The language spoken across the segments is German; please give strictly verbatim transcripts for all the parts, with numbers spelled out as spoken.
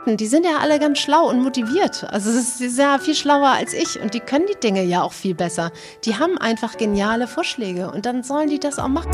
Die sind ja alle ganz schlau und motiviert. Also es ist ja viel schlauer als ich und die können die Dinge ja auch viel besser. Die haben einfach geniale Vorschläge und dann sollen die das auch machen.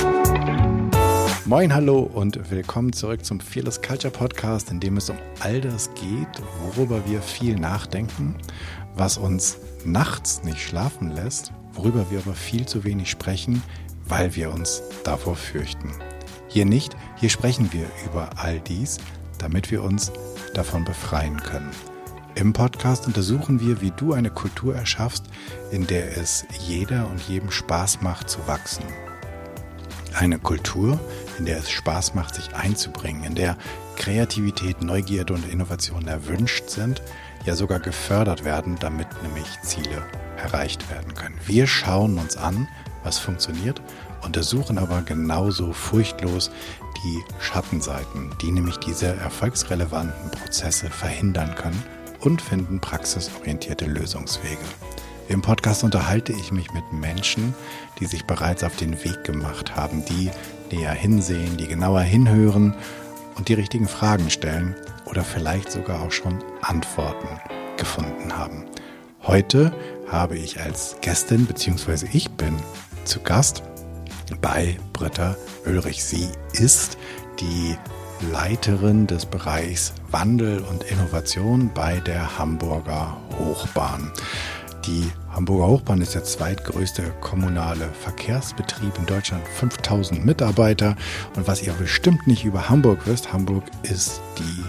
Moin, hallo und willkommen zurück zum Fearless Culture Podcast, in dem es um all das geht, worüber wir viel nachdenken, was uns nachts nicht schlafen lässt, worüber wir aber viel zu wenig sprechen, weil wir uns davor fürchten. Hier nicht, hier sprechen wir über all dies, damit wir uns davon befreien können. Im Podcast untersuchen wir, wie du eine Kultur erschaffst, in der es jeder und jedem Spaß macht zu wachsen. Eine Kultur, in der es Spaß macht, sich einzubringen, in der Kreativität, Neugierde und Innovation erwünscht sind, ja sogar gefördert werden, damit nämlich Ziele erreicht werden können. Wir schauen uns an, was funktioniert, untersuchen aber genauso furchtlos die Schattenseiten, die nämlich diese erfolgsrelevanten Prozesse verhindern können und finden praxisorientierte Lösungswege. Im Podcast unterhalte ich mich mit Menschen, die sich bereits auf den Weg gemacht haben, die näher hinsehen, die genauer hinhören und die richtigen Fragen stellen oder vielleicht sogar auch schon Antworten gefunden haben. Heute habe ich als Gästin, beziehungsweise ich bin zu Gast bei Britta Oelrich. Sie ist die Leiterin des Bereichs Wandel und Innovation bei der Hamburger Hochbahn. Die Hamburger Hochbahn ist der zweitgrößte kommunale Verkehrsbetrieb in Deutschland, fünftausend Mitarbeiter. Und was ihr bestimmt nicht über Hamburg wisst, Hamburg ist die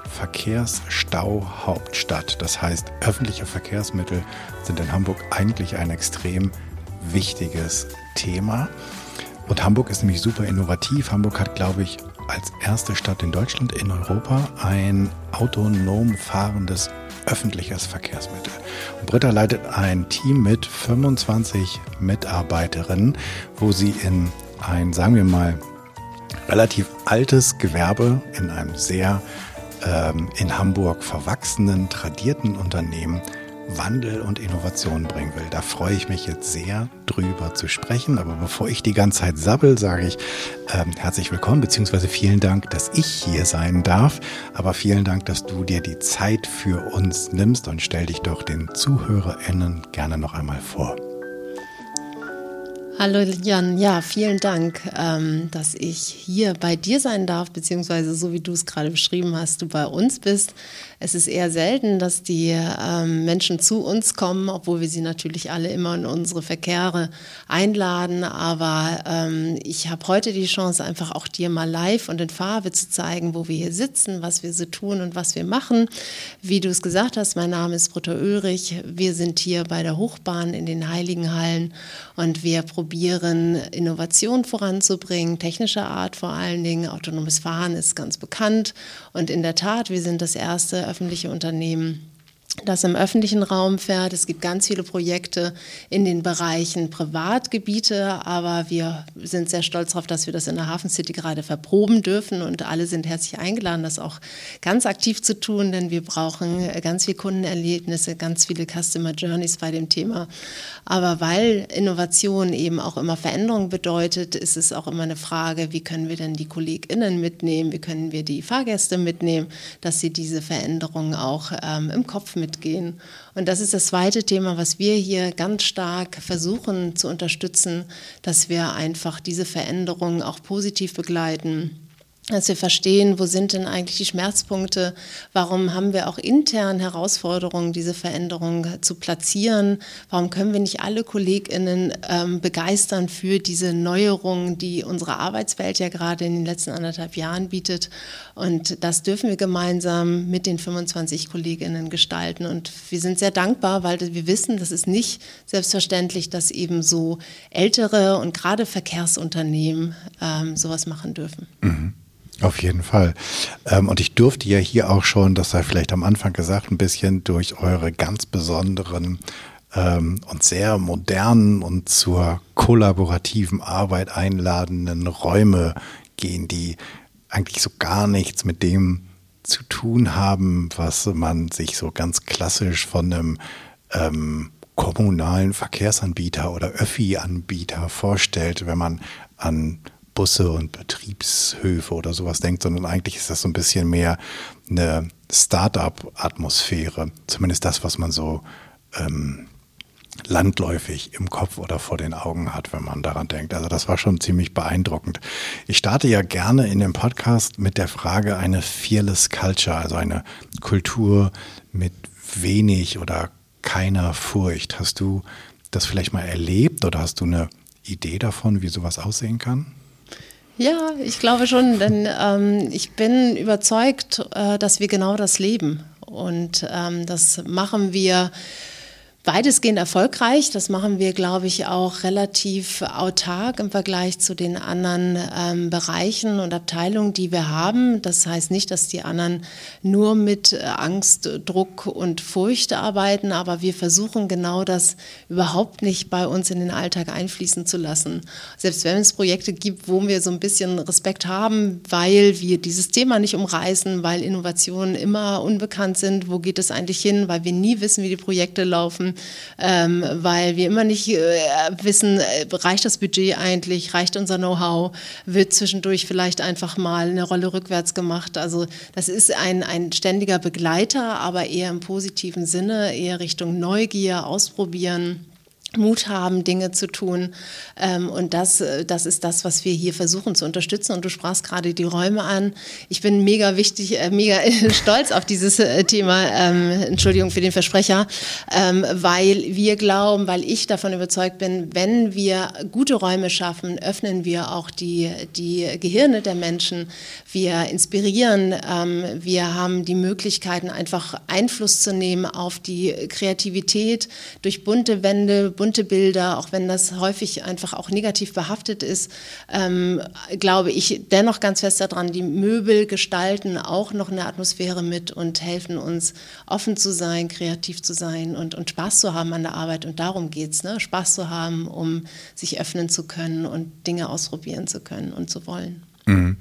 Verkehrsstau-Hauptstadt. Das heißt, öffentliche Verkehrsmittel sind in Hamburg eigentlich ein extrem wichtiges Thema. Und Hamburg ist nämlich super innovativ. Hamburg hat, glaube ich, als erste Stadt in Deutschland, in Europa, ein autonom fahrendes öffentliches Verkehrsmittel. Und Britta leitet ein Team mit fünfundzwanzig Mitarbeiterinnen, wo sie in ein, sagen wir mal, relativ altes Gewerbe in einem sehr ähm, in Hamburg verwachsenen, tradierten Unternehmen Wandel und Innovation bringen will. Da freue ich mich jetzt sehr drüber zu sprechen. Aber bevor ich die ganze Zeit sabbel, sage ich ähm, herzlich willkommen, beziehungsweise vielen Dank, dass ich hier sein darf. Aber vielen Dank, dass du dir die Zeit für uns nimmst und stell dich doch den ZuhörerInnen gerne noch einmal vor. Hallo Jan, ja, vielen Dank, ähm, dass ich hier bei dir sein darf, beziehungsweise so wie du es gerade beschrieben hast, du bei uns bist. Es ist eher selten, dass die ähm, Menschen zu uns kommen, obwohl wir sie natürlich alle immer in unsere Verkehre einladen. Aber ähm, ich habe heute die Chance, einfach auch dir mal live und in Farbe zu zeigen, wo wir hier sitzen, was wir so tun und was wir machen. Wie du es gesagt hast, mein Name ist Britta Oelrich. Wir sind hier bei der Hochbahn in den Heiligenhallen und wir probieren, Innovation voranzubringen, technischer Art vor allen Dingen. Autonomes Fahren ist ganz bekannt. Und in der Tat, wir sind das erste öffentliche Unternehmen, das im öffentlichen Raum fährt. Es gibt ganz viele Projekte in den Bereichen Privatgebiete, aber wir sind sehr stolz darauf, dass wir das in der Hafen City gerade verproben dürfen und alle sind herzlich eingeladen, das auch ganz aktiv zu tun, denn wir brauchen ganz viele Kundenerlebnisse, ganz viele Customer Journeys bei dem Thema. Aber weil Innovation eben auch immer Veränderung bedeutet, ist es auch immer eine Frage, wie können wir denn die KollegInnen mitnehmen, wie können wir die Fahrgäste mitnehmen, dass sie diese Veränderungen auch ähm, im Kopf mitgehen. Und das ist das zweite Thema, was wir hier ganz stark versuchen zu unterstützen, dass wir einfach diese Veränderungen auch positiv begleiten. Dass wir verstehen, wo sind denn eigentlich die Schmerzpunkte, warum haben wir auch intern Herausforderungen, diese Veränderungen zu platzieren, warum können wir nicht alle KollegInnen ähm, begeistern für diese Neuerungen, die unsere Arbeitswelt ja gerade in den letzten anderthalb Jahren bietet. Und das dürfen wir gemeinsam mit den fünfundzwanzig KollegInnen gestalten. Und wir sind sehr dankbar, weil wir wissen, das ist nicht selbstverständlich, dass eben so ältere und gerade Verkehrsunternehmen ähm, sowas machen dürfen. Mhm. Auf jeden Fall. Und ich durfte ja hier auch schon, das sei vielleicht am Anfang gesagt, ein bisschen durch eure ganz besonderen ähm, und sehr modernen und zur kollaborativen Arbeit einladenden Räume gehen, die eigentlich so gar nichts mit dem zu tun haben, was man sich so ganz klassisch von einem ähm, kommunalen Verkehrsanbieter oder Öffi-Anbieter vorstellt, wenn man an Busse und Betriebshöfe oder sowas denkt, sondern eigentlich ist das so ein bisschen mehr eine Start-up-Atmosphäre. Zumindest das, was man so ähm, landläufig im Kopf oder vor den Augen hat, wenn man daran denkt. Also das war schon ziemlich beeindruckend. Ich starte ja gerne in dem Podcast mit der Frage eine Fearless Culture, also eine Kultur mit wenig oder keiner Furcht. Hast du das vielleicht mal erlebt oder hast du eine Idee davon, wie sowas aussehen kann? Ja, ich glaube schon, denn ähm, ich bin überzeugt, äh, dass wir genau das leben. Und ähm, das machen wir weitestgehend erfolgreich. Das machen wir, glaube ich, auch relativ autark im Vergleich zu den anderen ähm, Bereichen und Abteilungen, die wir haben. Das heißt nicht, dass die anderen nur mit Angst, Druck und Furcht arbeiten, aber wir versuchen genau das überhaupt nicht bei uns in den Alltag einfließen zu lassen. Selbst wenn es Projekte gibt, wo wir so ein bisschen Respekt haben, weil wir dieses Thema nicht umreißen, weil Innovationen immer unbekannt sind, wo geht es eigentlich hin, weil wir nie wissen, wie die Projekte laufen. Ähm, weil wir immer nicht äh, wissen, äh, reicht das Budget eigentlich, reicht unser Know-how, wird zwischendurch vielleicht einfach mal eine Rolle rückwärts gemacht. Also das ist ein, ein ständiger Begleiter, aber eher im positiven Sinne, eher Richtung Neugier, Ausprobieren, Mut haben, Dinge zu tun. Ähm, und das, das ist das, was wir hier versuchen zu unterstützen. Und du sprachst gerade die Räume an. Ich bin mega wichtig, äh, mega stolz auf dieses äh, Thema, ähm, Entschuldigung für den Versprecher, ähm, weil wir glauben, weil ich davon überzeugt bin, wenn wir gute Räume schaffen, öffnen wir auch die, die Gehirne der Menschen. Wir inspirieren, ähm, wir haben die Möglichkeiten, einfach Einfluss zu nehmen auf die Kreativität durch bunte Wände, bunte Bilder, auch wenn das häufig einfach auch negativ behaftet ist, ähm, glaube ich dennoch ganz fest daran, die Möbel gestalten auch noch eine Atmosphäre mit und helfen uns, offen zu sein, kreativ zu sein und, und Spaß zu haben an der Arbeit. Und darum geht es, ne? Spaß zu haben, um sich öffnen zu können und Dinge ausprobieren zu können und zu wollen. Mhm.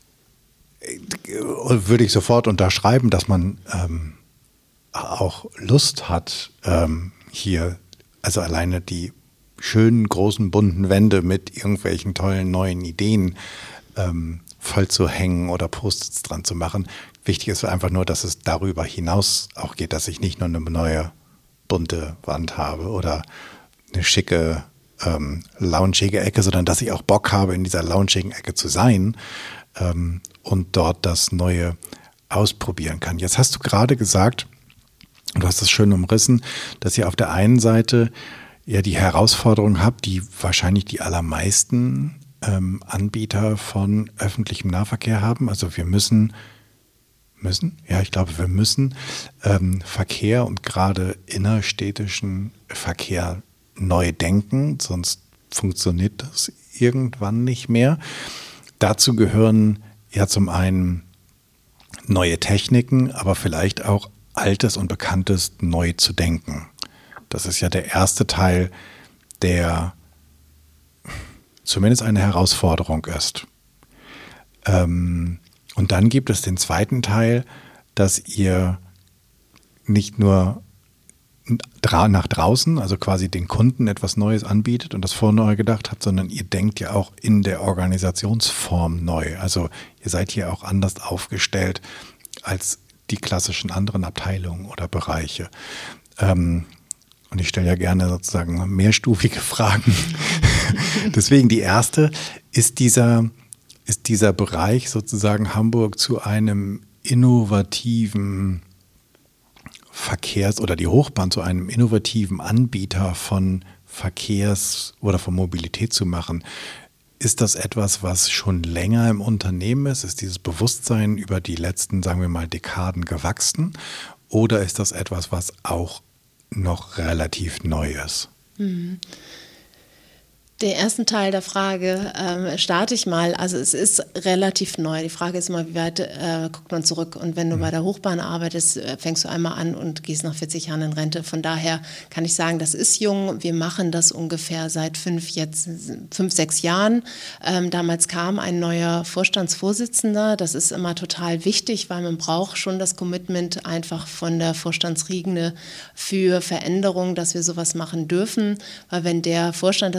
Würde ich sofort unterschreiben, dass man ähm, auch Lust hat, ähm, hier also alleine die schönen, großen, bunten Wände mit irgendwelchen tollen neuen Ideen ähm, voll zu hängen oder Post-its dran zu machen. Wichtig ist einfach nur, dass es darüber hinaus auch geht, dass ich nicht nur eine neue bunte Wand habe oder eine schicke, ähm, loungige Ecke, sondern dass ich auch Bock habe, in dieser loungigen Ecke zu sein ähm, und dort das Neue ausprobieren kann. Jetzt hast du gerade gesagt, und du hast das schön umrissen, dass ihr auf der einen Seite ja die Herausforderung habt, die wahrscheinlich die allermeisten ähm, Anbieter von öffentlichem Nahverkehr haben. Also wir müssen, müssen, ja, ich glaube, wir müssen ähm, Verkehr und gerade innerstädtischen Verkehr neu denken, sonst funktioniert das irgendwann nicht mehr. Dazu gehören ja zum einen neue Techniken, aber vielleicht auch Altes und Bekanntes neu zu denken. Das ist ja der erste Teil, der zumindest eine Herausforderung ist. Ähm, und dann gibt es den zweiten Teil, dass ihr nicht nur nach draußen, also quasi den Kunden etwas Neues anbietet und das vorher neu gedacht habt, sondern ihr denkt ja auch in der Organisationsform neu. Also ihr seid hier auch anders aufgestellt als die klassischen anderen Abteilungen oder Bereiche. Ähm, und ich stelle ja gerne sozusagen mehrstufige Fragen. Deswegen die erste, ist dieser, ist dieser Bereich sozusagen Hamburg zu einem innovativen Verkehrs- oder die Hochbahn zu einem innovativen Anbieter von Verkehrs- oder von Mobilität zu machen? Ist das etwas, was schon länger im Unternehmen ist? Ist dieses Bewusstsein über die letzten, sagen wir mal, Dekaden gewachsen? Oder ist das etwas, was auch noch relativ neu ist? Mhm. Den ersten Teil der Frage ähm, starte ich mal. Also es ist relativ neu. Die Frage ist immer, wie weit äh, guckt man zurück? Und wenn du mhm. bei der Hochbahn arbeitest, äh, fängst du einmal an und gehst nach vierzig Jahren in Rente. Von daher kann ich sagen, das ist jung. Wir machen das ungefähr seit fünf, jetzt fünf, sechs Jahren. Ähm, damals kam ein neuer Vorstandsvorsitzender. Das ist immer total wichtig, weil man braucht schon das Commitment einfach von der Vorstandsriegende für Veränderung, dass wir sowas machen dürfen. Weil wenn der Vorstand das nicht vorlegt,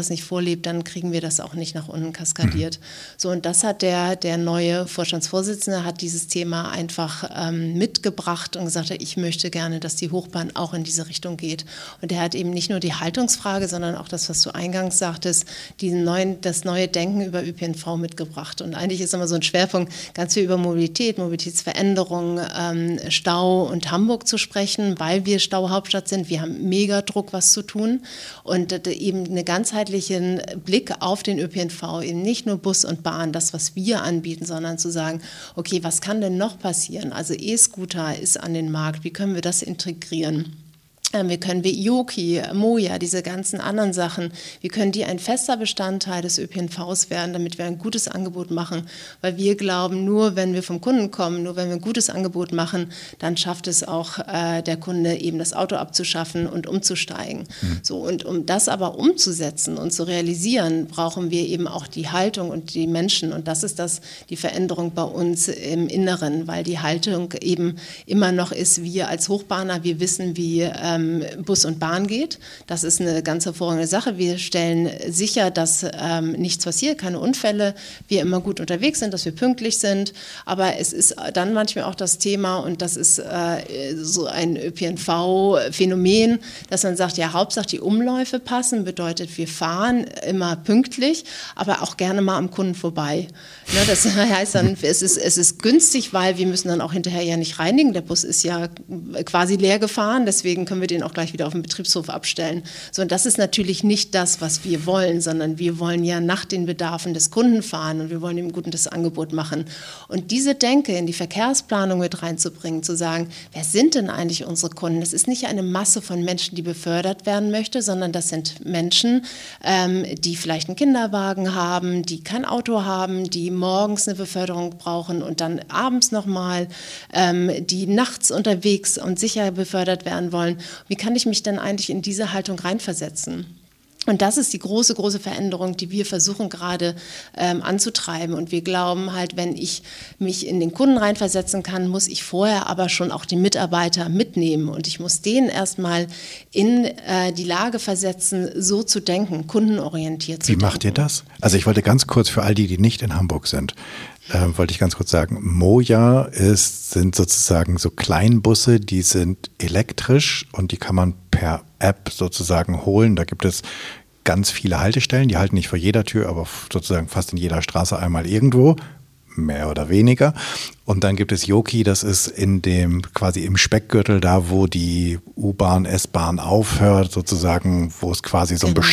lebt, dann kriegen wir das auch nicht nach unten kaskadiert. Mhm. So, und das hat der, der neue Vorstandsvorsitzende hat dieses Thema einfach ähm, mitgebracht und gesagt, ich möchte gerne, dass die Hochbahn auch in diese Richtung geht. Und er hat eben nicht nur die Haltungsfrage, sondern auch das, was du eingangs sagtest, diesen neuen, das neue Denken über Ö P N V mitgebracht. Und eigentlich ist immer so ein Schwerpunkt, ganz viel über Mobilität, Mobilitätsveränderung, ähm, Stau und Hamburg zu sprechen, weil wir Stauhauptstadt sind. Wir haben mega Druck, was zu tun. Und äh, eben einen ganzheitlichen Blick auf den Ö P N V, eben nicht nur Bus und Bahn, das, was wir anbieten, sondern zu sagen, okay, was kann denn noch passieren? Also E-Scooter ist an den Markt, wie können wir das integrieren? Wir können wie Yoki, Moja, diese ganzen anderen Sachen, wir können die ein fester Bestandteil des Ö P N Vs werden, damit wir ein gutes Angebot machen. Weil wir glauben, nur wenn wir vom Kunden kommen, nur wenn wir ein gutes Angebot machen, dann schafft es auch äh, der Kunde eben das Auto abzuschaffen und umzusteigen. Mhm. So, und um das aber umzusetzen und zu realisieren, brauchen wir eben auch die Haltung und die Menschen. Und das ist das, die Veränderung bei uns im Inneren, weil die Haltung eben immer noch ist, wir als Hochbahner, wir wissen, wie ähm, Bus und Bahn geht. Das ist eine ganz hervorragende Sache. Wir stellen sicher, dass ähm, nichts passiert, keine Unfälle, wir immer gut unterwegs sind, dass wir pünktlich sind. Aber es ist dann manchmal auch das Thema, und das ist äh, so ein Ö P N V-Phänomen, dass man sagt, ja, Hauptsache die Umläufe passen, bedeutet, wir fahren immer pünktlich, aber auch gerne mal am Kunden vorbei. Ne, das heißt dann, es ist, es ist günstig, weil wir müssen dann auch hinterher ja nicht reinigen. Der Bus ist ja quasi leer gefahren, deswegen können wir den auch gleich wieder auf dem Betriebshof abstellen. So, und das ist natürlich nicht das, was wir wollen, sondern wir wollen ja nach den Bedarfen des Kunden fahren und wir wollen ihm ein gutes Angebot machen. Und diese Denke in die Verkehrsplanung mit reinzubringen, zu sagen, wer sind denn eigentlich unsere Kunden? Das ist nicht eine Masse von Menschen, die befördert werden möchte, sondern das sind Menschen, ähm, die vielleicht einen Kinderwagen haben, die kein Auto haben, die morgens eine Beförderung brauchen und dann abends nochmal, ähm, die nachts unterwegs und sicher befördert werden wollen. Wie kann ich mich denn eigentlich in diese Haltung reinversetzen? Und das ist die große, große Veränderung, die wir versuchen gerade ähm, anzutreiben. Und wir glauben halt, wenn ich mich in den Kunden reinversetzen kann, muss ich vorher aber schon auch die Mitarbeiter mitnehmen. Und ich muss denen erstmal in äh, die Lage versetzen, so zu denken, kundenorientiert zu Wie denken. Wie macht ihr das? Also ich wollte ganz kurz für all die, die nicht in Hamburg sind, äh, wollte ich ganz kurz sagen, Moja ist, sind sozusagen so Kleinbusse, die sind elektrisch und die kann man per App sozusagen holen. Da gibt es ganz viele Haltestellen, die halten nicht vor jeder Tür, aber sozusagen fast in jeder Straße einmal irgendwo, mehr oder weniger. Und dann gibt es Yoki, das ist in dem quasi im Speckgürtel da, wo die U-Bahn, S-Bahn aufhört, sozusagen, wo es quasi so ein genau.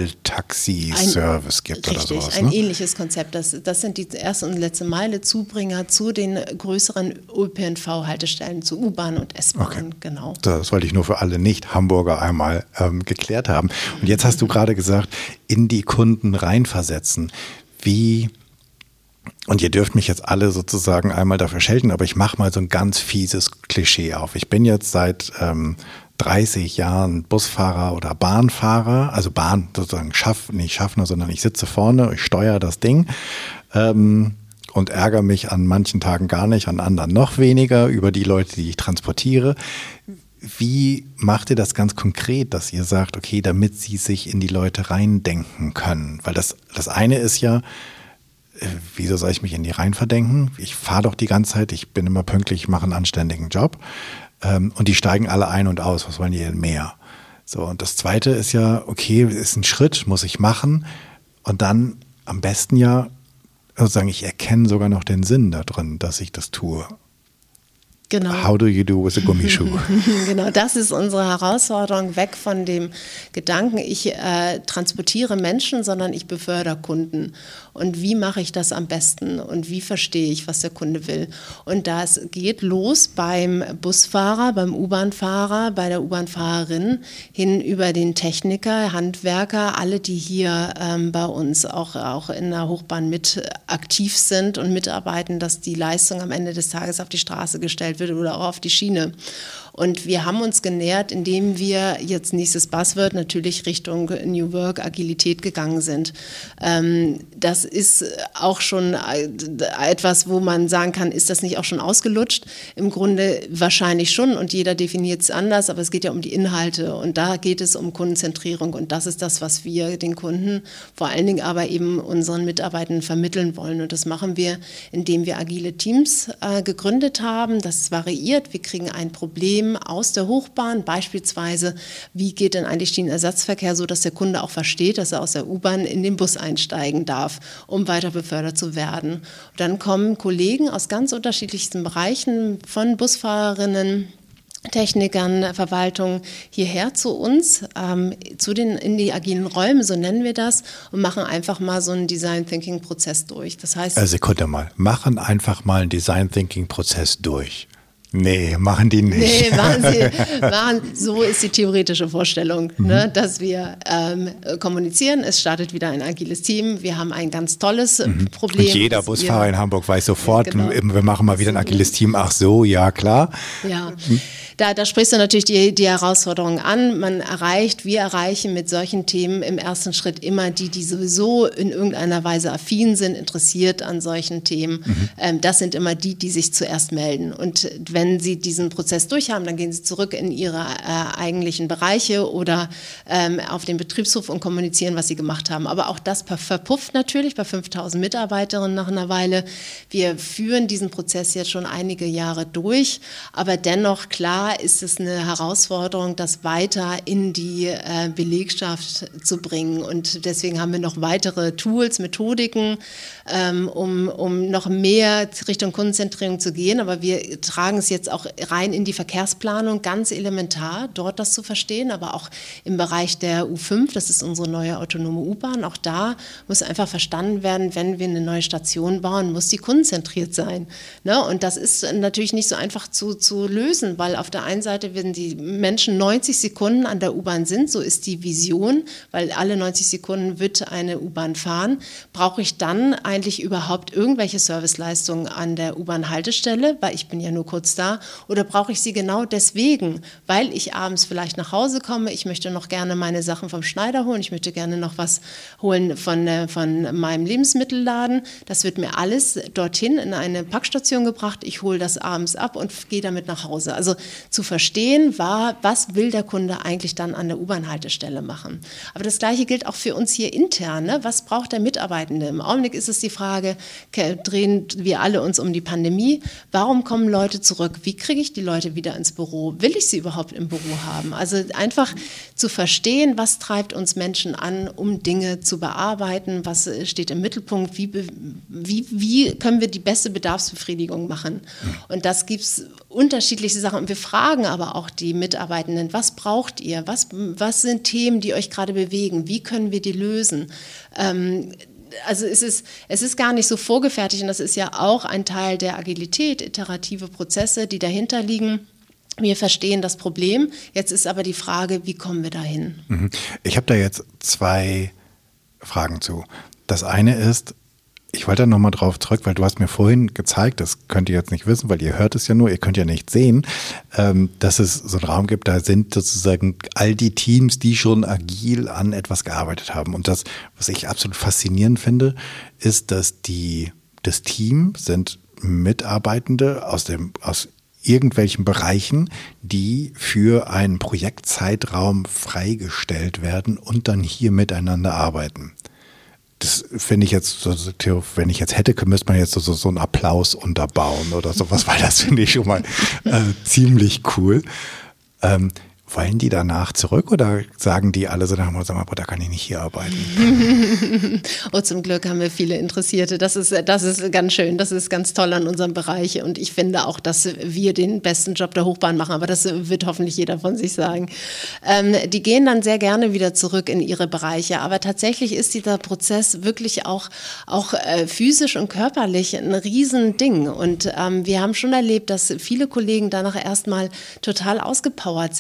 Bestelltaxi-Service gibt richtig, oder sowas. Ein ne? ähnliches Konzept. Das, das sind die erste und letzte Meile Zubringer zu den größeren Ö P N V-Haltestellen, zu U-Bahn und S-Bahn. Okay. Genau. Das wollte ich nur für alle Nicht-Hamburger einmal ähm, geklärt haben. Und jetzt hast du gerade gesagt, in die Kunden reinversetzen. Wie Und ihr dürft mich jetzt alle sozusagen einmal dafür schelten, aber ich mache mal so ein ganz fieses Klischee auf. Ich bin jetzt seit ähm, dreißig Jahren Busfahrer oder Bahnfahrer, also Bahn sozusagen, schaff, nicht Schaffner, sondern ich sitze vorne, ich steuere das Ding ähm, und ärgere mich an manchen Tagen gar nicht, an anderen noch weniger über die Leute, die ich transportiere. Wie macht ihr das ganz konkret, dass ihr sagt, okay, damit sie sich in die Leute reindenken können? Weil das, das eine ist ja, wieso soll ich mich in die rein verdenken? Ich fahre doch die ganze Zeit, ich bin immer pünktlich, ich mache einen anständigen Job. Ähm, und die steigen alle ein und aus. Was wollen die denn mehr? So, und das Zweite ist ja, okay, ist ein Schritt, muss ich machen. Und dann am besten ja, sozusagen, ich erkenne sogar noch den Sinn da drin, dass ich das tue. Genau. How do you do with a Gummischuh? Genau, das ist unsere Herausforderung, weg von dem Gedanken, ich äh, transportiere Menschen, sondern ich befördere Kunden. Und wie mache ich das am besten? Und wie verstehe ich, was der Kunde will? Und das geht los beim Busfahrer, beim U-Bahn-Fahrer, bei der U-Bahn-Fahrerin, hin über den Techniker, Handwerker, alle, die hier ähm, bei uns auch, auch in der Hochbahn mit aktiv sind und mitarbeiten, dass die Leistung am Ende des Tages auf die Straße gestellt wird oder auch auf die Schiene. Und wir haben uns genähert, indem wir jetzt nächstes Buzzword natürlich Richtung New Work, Agilität gegangen sind. Ähm, das ist auch schon etwas, wo man sagen kann, ist das nicht auch schon ausgelutscht? Im Grunde wahrscheinlich schon und jeder definiert es anders, aber es geht ja um die Inhalte und da geht es um Kundenzentrierung und das ist das, was wir den Kunden, vor allen Dingen aber eben unseren Mitarbeitern vermitteln wollen und das machen wir, indem wir agile Teams äh, gegründet haben. Das variiert. Wir kriegen ein Problem aus der Hochbahn, beispielsweise, wie geht denn eigentlich Schienenersatzverkehr, so dass der Kunde auch versteht, dass er aus der U-Bahn in den Bus einsteigen darf, um weiter befördert zu werden. Und dann kommen Kollegen aus ganz unterschiedlichsten Bereichen, von Busfahrerinnen, Technikern, Verwaltung hierher zu uns, ähm, zu den, in die agilen Räume, so nennen wir das, und machen einfach mal so einen Design-Thinking-Prozess durch. Das heißt, äh, Sekunde mal, machen einfach mal einen Design-Thinking-Prozess durch. Nee, machen die nicht. Nee, machen sie, machen, so ist die theoretische Vorstellung, mhm. ne, dass wir ähm, kommunizieren. Es startet wieder ein agiles Team. Wir haben ein ganz tolles mhm. Problem. Und jeder Busfahrer in Hamburg weiß sofort, genau. wir machen mal wieder ein agiles Team. Ach so, ja klar. Ja, mhm. da, da sprichst du natürlich die, die Herausforderung an. Man erreicht, wir erreichen mit solchen Themen im ersten Schritt immer die, die sowieso in irgendeiner Weise affin sind, interessiert an solchen Themen. Mhm. Ähm, das sind immer die, die sich zuerst melden. Und wenn Wenn Sie diesen Prozess durchhaben, dann gehen Sie zurück in Ihre äh, eigentlichen Bereiche oder ähm, auf den Betriebshof und kommunizieren, was Sie gemacht haben. Aber auch das verpufft natürlich bei fünftausend Mitarbeiterinnen nach einer Weile. Wir führen diesen Prozess jetzt schon einige Jahre durch, aber dennoch, klar, ist es eine Herausforderung, das weiter in die äh, Belegschaft zu bringen. Und deswegen haben wir noch weitere Tools, Methodiken, ähm, um, um noch mehr Richtung Kundenzentrierung zu gehen. Aber wir tragen es jetzt auch rein in die Verkehrsplanung, ganz elementar, dort das zu verstehen, aber auch im Bereich der U fünf, das ist unsere neue autonome U-Bahn, auch da muss einfach verstanden werden, wenn wir eine neue Station bauen, muss die kundenzentriert sein. Ne? Und das ist natürlich nicht so einfach zu, zu lösen, weil auf der einen Seite werden die Menschen neunzig Sekunden an der U-Bahn sind, so ist die Vision, weil alle neunzig Sekunden wird eine U-Bahn fahren. Brauche ich dann eigentlich überhaupt irgendwelche Serviceleistungen an der U-Bahn-Haltestelle, weil ich bin ja nur kurz da, oder brauche ich sie genau deswegen, weil ich abends vielleicht nach Hause komme, ich möchte noch gerne meine Sachen vom Schneider holen, ich möchte gerne noch was holen von, äh, von meinem Lebensmittelladen, das wird mir alles dorthin in eine Packstation gebracht, ich hole das abends ab und gehe damit nach Hause. Also zu verstehen war, was will der Kunde eigentlich dann an der U-Bahn-Haltestelle machen. Aber das Gleiche gilt auch für uns hier intern, ne? Was braucht der Mitarbeitende? Im Augenblick ist es die Frage, drehen wir alle uns um die Pandemie, warum kommen Leute zurück? Wie kriege ich die Leute wieder ins Büro? Will ich sie überhaupt im Büro haben? Also einfach zu verstehen, was treibt uns Menschen an, um Dinge zu bearbeiten, was steht im Mittelpunkt, wie, wie, wie können wir die beste Bedarfsbefriedigung machen? Und das gibt es unterschiedliche Sachen. Und wir fragen aber auch die Mitarbeitenden, was braucht ihr? Was, was sind Themen, die euch gerade bewegen? Wie können wir die lösen? Ähm, Also es ist, es ist gar nicht so vorgefertigt und das ist ja auch ein Teil der Agilität, iterative Prozesse, die dahinter liegen. Wir verstehen das Problem, jetzt ist aber die Frage, wie kommen wir dahin? Ich habe da jetzt zwei Fragen zu. Das eine ist, ich wollte da nochmal drauf zurück, weil du hast mir vorhin gezeigt, das könnt ihr jetzt nicht wissen, weil ihr hört es ja nur, ihr könnt ja nicht sehen, ähm, dass es so einen Raum gibt, da sind sozusagen all die Teams, die schon agil an etwas gearbeitet haben. Und das, was ich absolut faszinierend finde, ist, dass die, das Team sind Mitarbeitende aus dem, aus irgendwelchen Bereichen, die für einen Projektzeitraum freigestellt werden und dann hier miteinander arbeiten. Das finde ich jetzt, so, wenn ich jetzt hätte, müsste man jetzt so, so einen Applaus unterbauen oder sowas, weil das finde ich schon mal äh, ziemlich cool. Ähm, wollen die danach zurück oder sagen die alle so, sag mal, da kann ich nicht hier arbeiten? Oh, zum Glück haben wir viele Interessierte. Das ist, das ist ganz schön, das ist ganz toll an unserem Bereich und ich finde auch, dass wir den besten Job der Hochbahn machen, aber das wird hoffentlich jeder von sich sagen. Ähm, die gehen dann sehr gerne wieder zurück in ihre Bereiche, aber tatsächlich ist dieser Prozess wirklich auch, auch äh, physisch und körperlich ein Riesending und ähm, wir haben schon erlebt, dass viele Kollegen danach erstmal total ausgepowert sind, weil die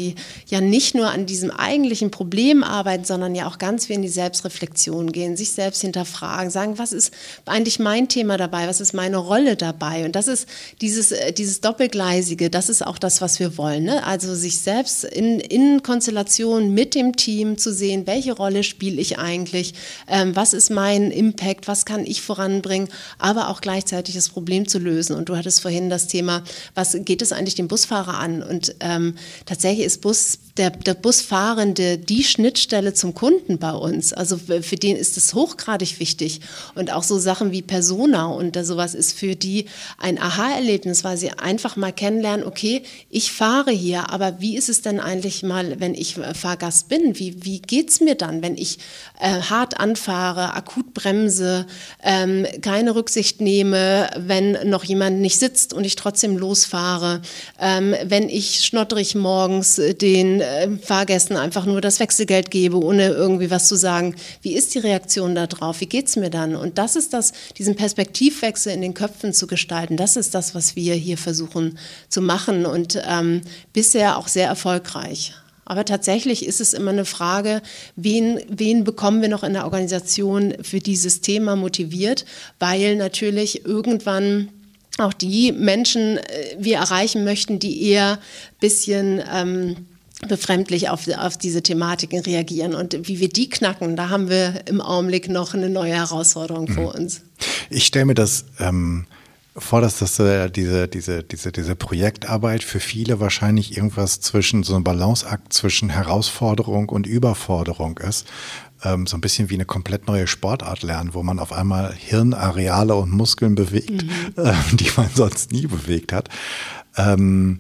die ja nicht nur an diesem eigentlichen Problem arbeiten, sondern ja auch ganz viel in die Selbstreflexion gehen, sich selbst hinterfragen, sagen, was ist eigentlich mein Thema dabei, was ist meine Rolle dabei? Und das ist dieses, dieses Doppelgleisige, das ist auch das, was wir wollen. Ne? Also sich selbst in, in Konstellation mit dem Team zu sehen, welche Rolle spiele ich eigentlich, ähm, was ist mein Impact, was kann ich voranbringen, aber auch gleichzeitig das Problem zu lösen. Und du hattest vorhin das Thema, was geht es eigentlich dem Busfahrer an? Und ähm, tatsächlich ist Bus, der, der Busfahrende die Schnittstelle zum Kunden bei uns. Also für, für den ist es hochgradig wichtig. Und auch so Sachen wie Persona und da sowas ist für die ein Aha-Erlebnis, weil sie einfach mal kennenlernen, okay, ich fahre hier, aber wie ist es denn eigentlich mal, wenn ich Fahrgast bin? Wie, wie geht es mir dann, wenn ich äh, hart anfahre, akut bremse, ähm, keine Rücksicht nehme, wenn noch jemand nicht sitzt und ich trotzdem losfahre, ähm, wenn ich schnotterig morgens den äh, Fahrgästen einfach nur das Wechselgeld gebe, ohne irgendwie was zu sagen. Wie ist die Reaktion darauf? Wie geht es mir dann? Und das ist das, diesen Perspektivwechsel in den Köpfen zu gestalten, das ist das, was wir hier versuchen zu machen und ähm, bisher auch sehr erfolgreich. Aber tatsächlich ist es immer eine Frage, wen, wen bekommen wir noch in der Organisation für dieses Thema motiviert, weil natürlich irgendwann auch die Menschen wir erreichen möchten, die eher ein bisschen ähm, befremdlich auf, auf diese Thematiken reagieren. Und wie wir die knacken, da haben wir im Augenblick noch eine neue Herausforderung mhm. vor uns. Ich stelle mir das ähm, vor, dass das äh, diese, diese, diese, diese Projektarbeit für viele wahrscheinlich irgendwas zwischen, so ein Balanceakt zwischen Herausforderung und Überforderung ist. Ähm, so ein bisschen wie eine komplett neue Sportart lernen, wo man auf einmal Hirnareale und Muskeln bewegt, mhm. äh, die man sonst nie bewegt hat. Ähm,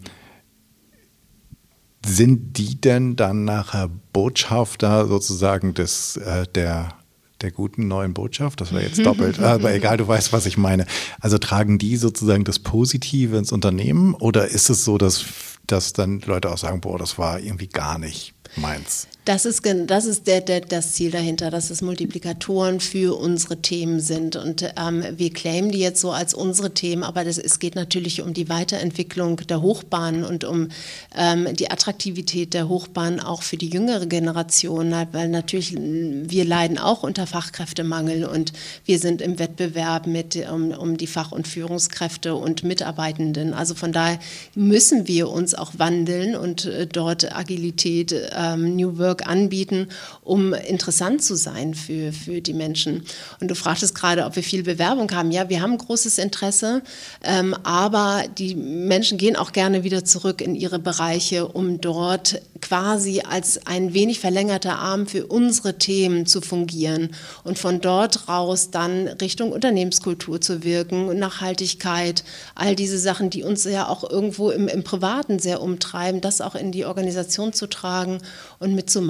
Sind die denn dann nachher Botschafter sozusagen des, äh, der, der guten neuen Botschaft? Das war jetzt doppelt, aber egal, du weißt, was ich meine. Also tragen die sozusagen das Positive ins Unternehmen oder ist es so, dass, dass dann Leute auch sagen, boah, das war irgendwie gar nicht meins? Das ist, das ist der, der, das Ziel dahinter, dass es Multiplikatoren für unsere Themen sind. Und ähm, wir claimen die jetzt so als unsere Themen, aber das, es geht natürlich um die Weiterentwicklung der Hochbahn und um ähm, die Attraktivität der Hochbahn auch für die jüngere Generation, weil natürlich wir leiden auch unter Fachkräftemangel und wir sind im Wettbewerb mit um, um die Fach- und Führungskräfte und Mitarbeitenden. Also von daher müssen wir uns auch wandeln und äh, dort Agilität, ähm, New Work anbieten, um interessant zu sein für, für die Menschen. Und du fragtest gerade, ob wir viel Bewerbung haben. Ja, wir haben großes Interesse, ähm, aber die Menschen gehen auch gerne wieder zurück in ihre Bereiche, um dort quasi als ein wenig verlängerter Arm für unsere Themen zu fungieren und von dort raus dann Richtung Unternehmenskultur zu wirken, Nachhaltigkeit, all diese Sachen, die uns ja auch irgendwo im, im Privaten sehr umtreiben, das auch in die Organisation zu tragen und mitzumachen.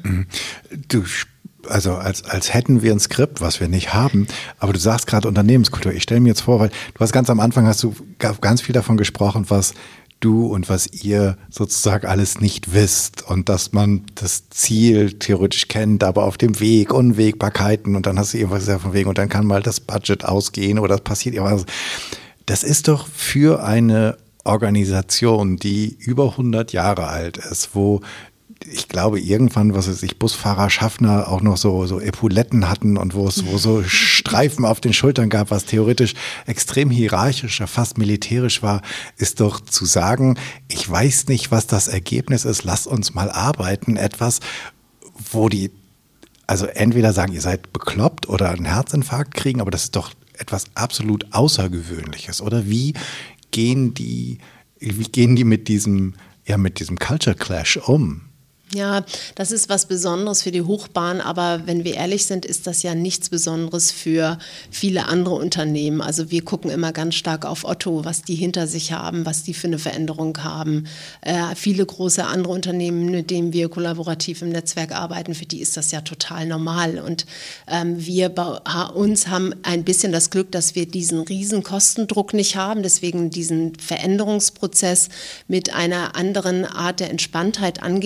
Du, also als, als hätten wir ein Skript, was wir nicht haben, aber du sagst gerade Unternehmenskultur. Ich stelle mir jetzt vor, weil du hast ganz am Anfang hast du ganz viel davon gesprochen, was du und was ihr sozusagen alles nicht wisst und dass man das Ziel theoretisch kennt, aber auf dem Weg, Unwägbarkeiten und dann hast du irgendwas gesagt von wegen und dann kann mal das Budget ausgehen oder das passiert irgendwas. Das ist doch für eine Organisation, die über hundert Jahre alt ist, wo ich glaube, irgendwann, was weiß ich, Busfahrer, Schaffner auch noch so, so Epauletten hatten und wo es, wo so Streifen auf den Schultern gab, was theoretisch extrem hierarchisch, fast militärisch war, ist doch zu sagen, ich weiß nicht, was das Ergebnis ist, lasst uns mal arbeiten, etwas, wo die, also entweder sagen, ihr seid bekloppt oder einen Herzinfarkt kriegen, aber das ist doch etwas absolut Außergewöhnliches, oder? Wie gehen die, wie gehen die mit diesem, ja, mit diesem Culture Clash um? Ja, das ist was Besonderes für die Hochbahn, aber wenn wir ehrlich sind, ist das ja nichts Besonderes für viele andere Unternehmen. Also wir gucken immer ganz stark auf Otto, was die hinter sich haben, was die für eine Veränderung haben. Äh, viele große andere Unternehmen, mit denen wir kollaborativ im Netzwerk arbeiten, für die ist das ja total normal. Und ähm, wir bei uns haben ein bisschen das Glück, dass wir diesen riesen Kostendruck nicht haben, deswegen diesen Veränderungsprozess mit einer anderen Art der Entspanntheit angehen können.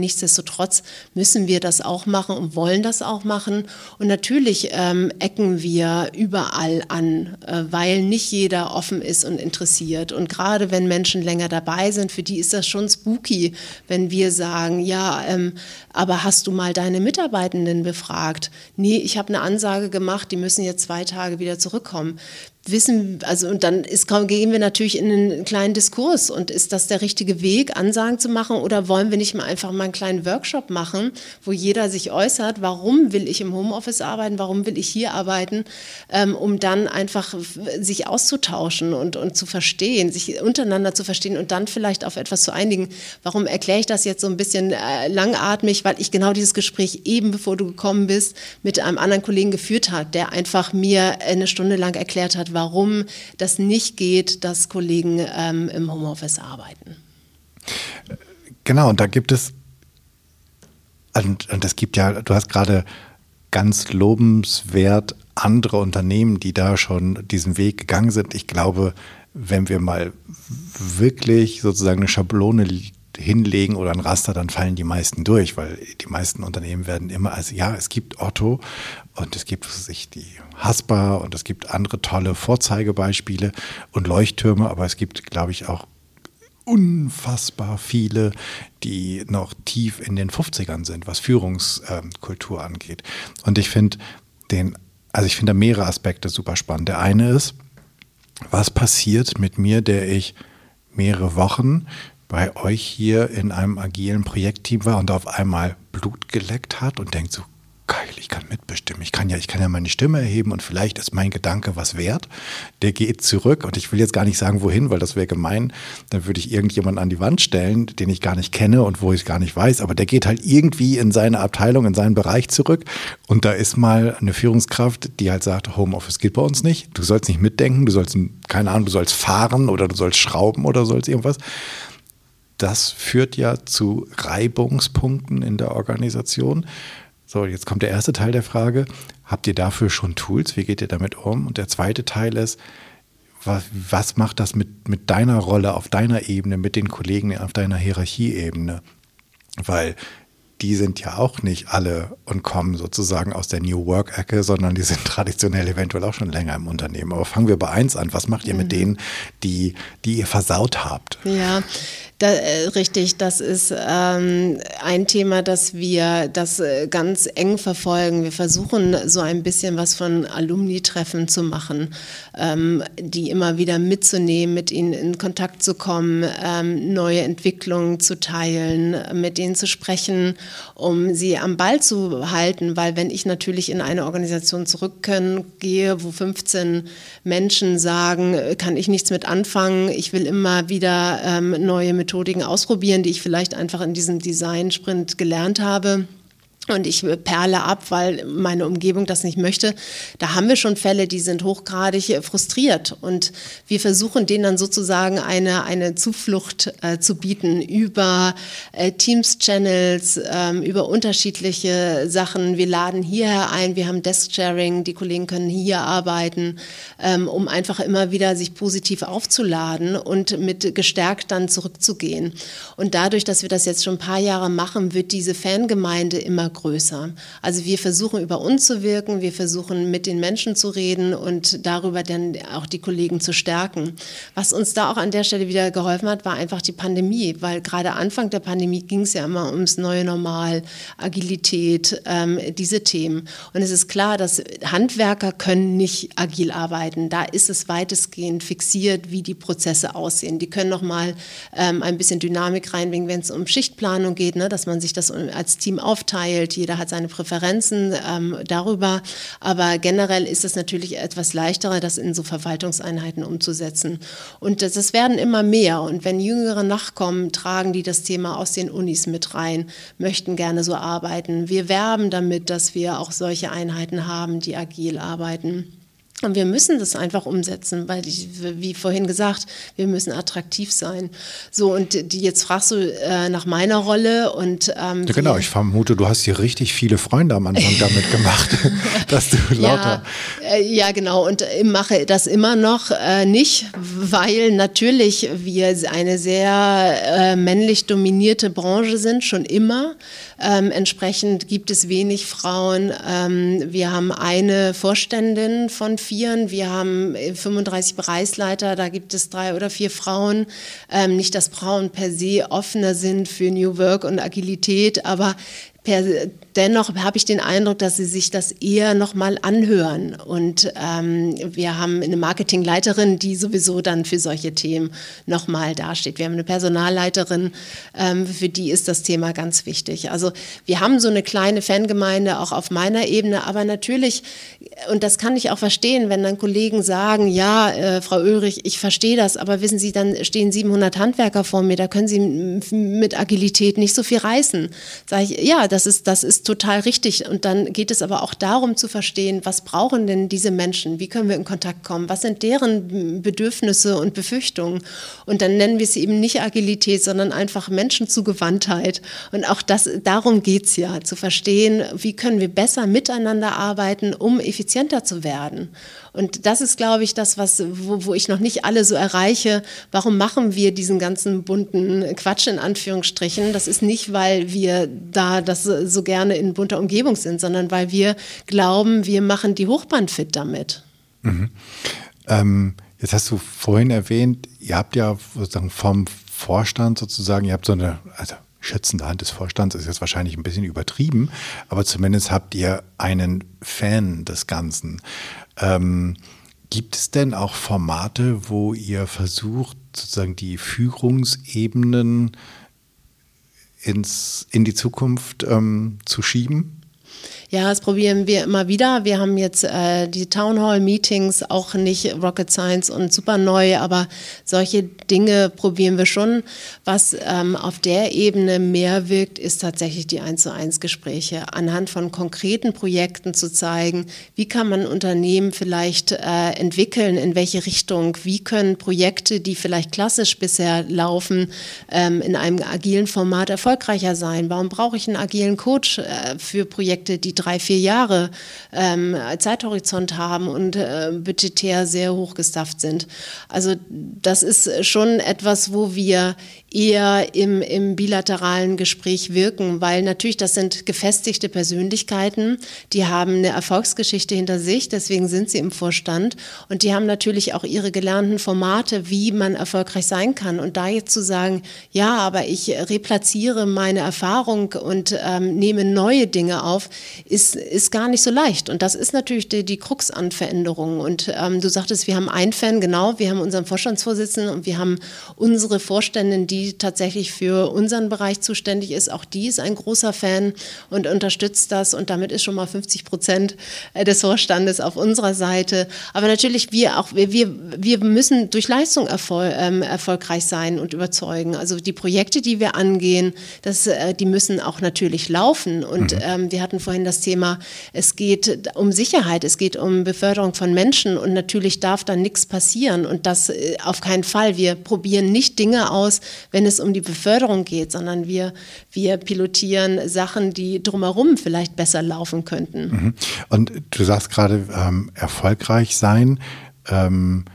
nichtsdestotrotz müssen wir das auch machen und wollen das auch machen. Und natürlich ähm, ecken wir überall an, äh, weil nicht jeder offen ist und interessiert. Und gerade wenn Menschen länger dabei sind, für die ist das schon spooky, wenn wir sagen, ja, ähm, aber hast du mal deine Mitarbeitenden befragt? Nee, ich habe eine Ansage gemacht, die müssen jetzt zwei Tage wieder zurückkommen. Wissen, also und dann ist, gehen wir natürlich in einen kleinen Diskurs und ist das der richtige Weg, Ansagen zu machen oder wollen wir nicht mal einfach mal einen kleinen Workshop machen, wo jeder sich äußert, warum will ich im Homeoffice arbeiten, warum will ich hier arbeiten, ähm, um dann einfach sich auszutauschen und, und zu verstehen, sich untereinander zu verstehen und dann vielleicht auf etwas zu einigen. Warum erkläre ich das jetzt so ein bisschen äh, langatmig, weil ich genau dieses Gespräch eben, bevor du gekommen bist, mit einem anderen Kollegen geführt habe, der einfach mir eine Stunde lang erklärt hat, warum das nicht geht, dass Kollegen ähm, im Homeoffice arbeiten. Genau, und da gibt es, und, und es gibt ja, du hast gerade ganz lobenswert andere Unternehmen, die da schon diesen Weg gegangen sind. Ich glaube, wenn wir mal wirklich sozusagen eine Schablone hinlegen oder ein Raster, dann fallen die meisten durch, weil die meisten Unternehmen werden immer, also ja, es gibt Otto und es gibt sich die Haspa und es gibt andere tolle Vorzeigebeispiele und Leuchttürme, aber es gibt, glaube ich, auch unfassbar viele, die noch tief in den fünfzigern sind, was Führungskultur ähm, angeht. Und ich finde den, also ich finde da mehrere Aspekte super spannend. Der eine ist, was passiert mit mir, der ich mehrere Wochen bei euch hier in einem agilen Projektteam war und auf einmal Blut geleckt hat und denkt so, geil, ich kann mitbestimmen. Ich kann ja, ich kann ja meine Stimme erheben und vielleicht ist mein Gedanke was wert. Der geht zurück und ich will jetzt gar nicht sagen, wohin, weil das wäre gemein. Dann würde ich irgendjemanden an die Wand stellen, den ich gar nicht kenne und wo ich gar nicht weiß. Aber der geht halt irgendwie in seine Abteilung, in seinen Bereich zurück. Und da ist mal eine Führungskraft, die halt sagt, Homeoffice geht bei uns nicht. Du sollst nicht mitdenken, du sollst, keine Ahnung, du sollst fahren oder du sollst schrauben oder sollst irgendwas. Das führt ja zu Reibungspunkten in der Organisation. So, jetzt kommt der erste Teil der Frage. Habt ihr dafür schon Tools? Wie geht ihr damit um? Und der zweite Teil ist, was, was macht das mit, mit deiner Rolle auf deiner Ebene, mit den Kollegen auf deiner Hierarchieebene? Weil die sind ja auch nicht alle und kommen sozusagen aus der New Work-Ecke, sondern die sind traditionell eventuell auch schon länger im Unternehmen. Aber fangen wir bei eins an. Was macht ihr mit denen, die, die ihr versaut habt? Ja, da, äh, richtig. Das ist ähm, ein Thema, das wir das äh, ganz eng verfolgen. Wir versuchen so ein bisschen was von Alumni-Treffen zu machen, ähm, die immer wieder mitzunehmen, mit ihnen in Kontakt zu kommen, ähm, neue Entwicklungen zu teilen, mit denen zu sprechen, um sie am Ball zu halten, weil wenn ich natürlich in eine Organisation zurückgehe, wo fünfzehn Menschen sagen, kann ich nichts mit anfangen, ich will immer wieder ähm, neue Methodiken ausprobieren, die ich vielleicht einfach in diesem Design-Sprint gelernt habe. Und ich perle ab, weil meine Umgebung das nicht möchte. Da haben wir schon Fälle, die sind hochgradig frustriert. Und wir versuchen denen dann sozusagen eine, eine Zuflucht äh, zu bieten über äh, Teams-Channels, ähm, über unterschiedliche Sachen. Wir laden hierher ein, wir haben Desk-Sharing, die Kollegen können hier arbeiten, ähm, um einfach immer wieder sich positiv aufzuladen und mit gestärkt dann zurückzugehen. Und dadurch, dass wir das jetzt schon ein paar Jahre machen, wird diese Fangemeinde immer größer. Also wir versuchen über uns zu wirken, wir versuchen mit den Menschen zu reden und darüber dann auch die Kollegen zu stärken. Was uns da auch an der Stelle wieder geholfen hat, war einfach die Pandemie, weil gerade Anfang der Pandemie ging es ja immer ums neue Normal, Agilität, ähm, diese Themen. Und es ist klar, dass Handwerker können nicht agil arbeiten. Da ist es weitestgehend fixiert, wie die Prozesse aussehen. Die können noch mal ähm, ein bisschen Dynamik reinbringen, wenn es um Schichtplanung geht, ne, dass man sich das als Team aufteilt. Jeder hat seine Präferenzen ähm, darüber, aber generell ist es natürlich etwas leichterer, das in so Verwaltungseinheiten umzusetzen. Und das, das werden immer mehr und wenn Jüngere nachkommen, tragen die das Thema aus den Unis mit rein, möchten gerne so arbeiten. Wir werben damit, dass wir auch solche Einheiten haben, die agil arbeiten. Und wir müssen das einfach umsetzen, weil, ich, wie vorhin gesagt, wir müssen attraktiv sein. So, und die, jetzt fragst du äh, nach meiner Rolle. Und, ähm, ja, genau, ich vermute, du hast hier richtig viele Freunde am Anfang damit gemacht, dass du lauter... Ja, äh, ja, genau. Und ich mache das immer noch äh, nicht, weil natürlich wir eine sehr äh, männlich dominierte Branche sind, schon immer. Ähm, entsprechend gibt es wenig Frauen. Ähm, wir haben eine Vorständin von vieren. Wir haben fünfunddreißig Bereichsleiter. Da gibt es drei oder vier Frauen. Ähm, nicht, dass Frauen per se offener sind für New Work und Agilität, aber Per, dennoch habe ich den Eindruck, dass sie sich das eher nochmal anhören. Und ähm, wir haben eine Marketingleiterin, die sowieso dann für solche Themen nochmal dasteht. Wir haben eine Personalleiterin, ähm, für die ist das Thema ganz wichtig. Also wir haben so eine kleine Fangemeinde auch auf meiner Ebene, aber natürlich, und das kann ich auch verstehen, wenn dann Kollegen sagen, ja, äh, Frau Ulrich, ich verstehe das, aber wissen Sie, dann stehen siebenhundert Handwerker vor mir, da können Sie mit Agilität nicht so viel reißen. Sage ich, ja, Das ist, das ist total richtig. Und dann geht es aber auch darum zu verstehen, was brauchen denn diese Menschen? Wie können wir in Kontakt kommen? Was sind deren Bedürfnisse und Befürchtungen? Und dann nennen wir es eben nicht Agilität, sondern einfach Menschenzugewandtheit. Und auch das, darum geht es ja, zu verstehen, wie können wir besser miteinander arbeiten, um effizienter zu werden. Und das ist, glaube ich, das, was, wo, wo ich noch nicht alle so erreiche. Warum machen wir diesen ganzen bunten Quatsch in Anführungsstrichen? Das ist nicht, weil wir da das so gerne in bunter Umgebung sind, sondern weil wir glauben, wir machen die Hochbahn fit damit. Mhm. Ähm, jetzt hast du vorhin erwähnt, ihr habt ja sozusagen vom Vorstand sozusagen, ihr habt so eine, also schützende Hand des Vorstands ist jetzt wahrscheinlich ein bisschen übertrieben, aber zumindest habt ihr einen Fan des Ganzen. Ähm, gibt es denn auch Formate, wo ihr versucht, sozusagen die Führungsebenen ins, in die Zukunft ähm, zu schieben? Ja, das probieren wir immer wieder. Wir haben jetzt äh, die Townhall-Meetings, auch nicht Rocket Science und super neu, aber solche Dinge probieren wir schon. Was ähm, auf der Ebene mehr wirkt, ist tatsächlich die eins zu eins Gespräche. Anhand von konkreten Projekten zu zeigen, wie kann man Unternehmen vielleicht äh, entwickeln, in welche Richtung, wie können Projekte, die vielleicht klassisch bisher laufen, ähm, in einem agilen Format erfolgreicher sein. Warum brauche ich einen agilen Coach äh, für Projekte, die drei, vier Jahre ähm, Zeithorizont haben und äh, budgetär sehr hoch gestafft sind. Also das ist schon etwas, wo wir eher im, im bilateralen Gespräch wirken, weil natürlich das sind gefestigte Persönlichkeiten, die haben eine Erfolgsgeschichte hinter sich, deswegen sind sie im Vorstand und die haben natürlich auch ihre gelernten Formate, wie man erfolgreich sein kann. Und da jetzt zu sagen, ja, aber ich replatziere meine Erfahrung und ähm, nehme neue Dinge auf, ist, ist gar nicht so leicht. Und das ist natürlich die, die Krux an Veränderungen. Und ähm, du sagtest, wir haben einen Fan, genau, wir haben unseren Vorstandsvorsitzenden und wir haben unsere Vorständin, die tatsächlich für unseren Bereich zuständig ist. Auch die ist ein großer Fan und unterstützt das. Und damit ist schon mal fünfzig Prozent des Vorstandes auf unserer Seite. Aber natürlich, wir auch, wir, wir müssen durch Leistung erfol- ähm, erfolgreich sein und überzeugen. Also die Projekte, die wir angehen, das, äh, die müssen auch natürlich laufen. Und mhm. ähm, wir hatten vorhin das Thema, es geht um Sicherheit, es geht um Beförderung von Menschen und natürlich darf da nichts passieren und das äh, auf keinen Fall. Wir probieren nicht Dinge aus, wenn es um die Beförderung geht, sondern wir, wir pilotieren Sachen, die drumherum vielleicht besser laufen könnten. Mhm. Und du sagst gerade ähm, erfolgreich sein ähm,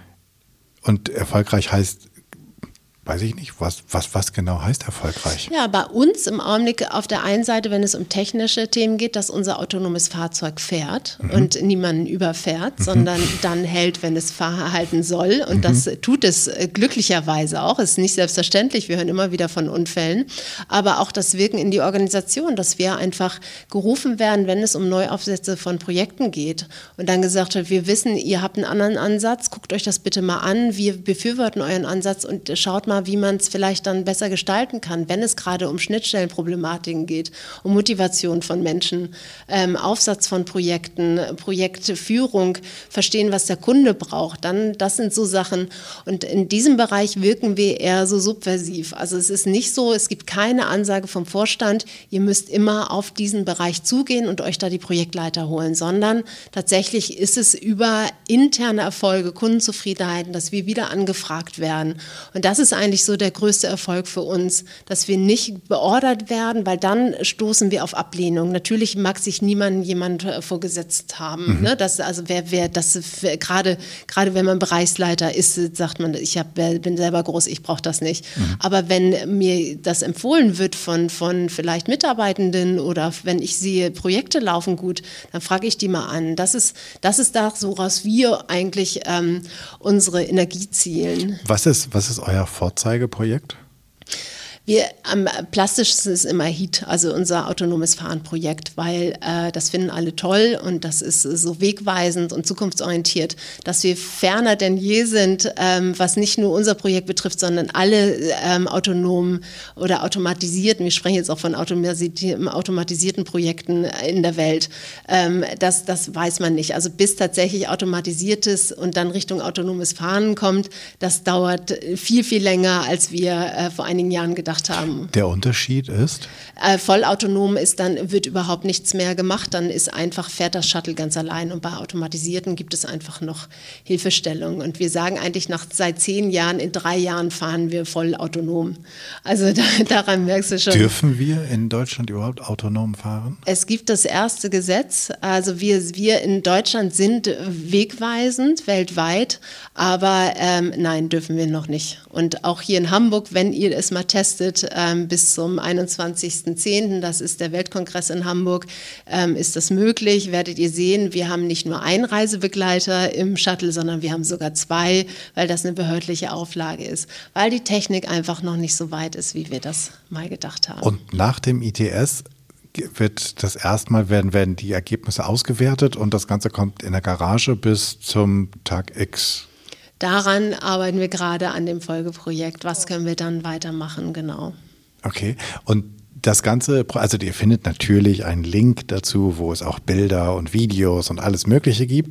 und erfolgreich heißt, weiß ich nicht, was, was, was genau heißt erfolgreich? Ja, bei uns im Augenblick auf der einen Seite, wenn es um technische Themen geht, dass unser autonomes Fahrzeug fährt mhm. und niemanden überfährt, mhm. sondern dann hält, wenn es fahren soll. Und mhm. das tut es glücklicherweise auch. Es ist nicht selbstverständlich, wir hören immer wieder von Unfällen. Aber auch das Wirken in die Organisation, dass wir einfach gerufen werden, wenn es um Neuaufsätze von Projekten geht. Und dann gesagt wird, wir wissen, ihr habt einen anderen Ansatz, guckt euch das bitte mal an, wir befürworten euren Ansatz und schaut mal, Thema, wie man es vielleicht dann besser gestalten kann, wenn es gerade um Schnittstellenproblematiken geht, um Motivation von Menschen, ähm, Aufsatz von Projekten, Projektführung, verstehen, was der Kunde braucht, dann das sind so Sachen. Und in diesem Bereich wirken wir eher so subversiv. Also es ist nicht so, es gibt keine Ansage vom Vorstand, ihr müsst immer auf diesen Bereich zugehen und euch da die Projektleiter holen, sondern tatsächlich ist es über interne Erfolge, Kundenzufriedenheiten, dass wir wieder angefragt werden. Und das ist eigentlich so der größte Erfolg für uns, dass wir nicht beordert werden, weil dann stoßen wir auf Ablehnung. Natürlich mag sich niemand jemand vorgesetzt haben. Mhm. Ne? Das, also wer, wer das gerade gerade wenn man Bereichsleiter ist, sagt man, ich hab, bin selber groß, ich brauche das nicht. Mhm. Aber wenn mir das empfohlen wird von, von vielleicht Mitarbeitenden oder wenn ich sehe, Projekte laufen gut, dann frage ich die mal an. Das ist, das ist das, woraus wir eigentlich ähm, unsere Energie zielen. Was ist, was ist euer Vorzeigeprojekt? Wir, am plastischsten ist immer HEAT, also unser autonomes Fahren-Projekt, weil äh, das finden alle toll und das ist so wegweisend und zukunftsorientiert, dass wir ferner denn je sind, ähm, was nicht nur unser Projekt betrifft, sondern alle ähm, autonomen oder automatisierten, wir sprechen jetzt auch von automatisierten, automatisierten Projekten in der Welt, ähm, das, das weiß man nicht. Also bis tatsächlich automatisiertes und dann Richtung autonomes Fahren kommt, das dauert viel, viel länger, als wir äh, vor einigen Jahren gedacht haben. Der Unterschied ist? Äh, vollautonom ist dann, wird überhaupt nichts mehr gemacht, dann ist einfach, fährt das Shuttle ganz allein und bei automatisierten gibt es einfach noch Hilfestellung und wir sagen eigentlich nach seit zehn Jahren, in drei Jahren fahren wir vollautonom. Also da, daran merkst du schon. Dürfen wir in Deutschland überhaupt autonom fahren? Es gibt das erste Gesetz, also wir, wir in Deutschland sind wegweisend weltweit, aber ähm, nein, dürfen wir noch nicht. Und auch hier in Hamburg, wenn ihr es mal testet, ähm, bis zum einundzwanzigsten zehnten, das ist der Weltkongress in Hamburg, ähm, ist das möglich, werdet ihr sehen, wir haben nicht nur einen Reisebegleiter im Shuttle, sondern wir haben sogar zwei, weil das eine behördliche Auflage ist, weil die Technik einfach noch nicht so weit ist, wie wir das mal gedacht haben. Und nach dem I T S wird das erstmal werden, werden die Ergebnisse ausgewertet und das Ganze kommt in der Garage bis zum Tag X. Daran arbeiten wir gerade an dem Folgeprojekt. Was können wir dann weitermachen, genau. Okay, und das Ganze, also ihr findet natürlich einen Link dazu, wo es auch Bilder und Videos und alles Mögliche gibt.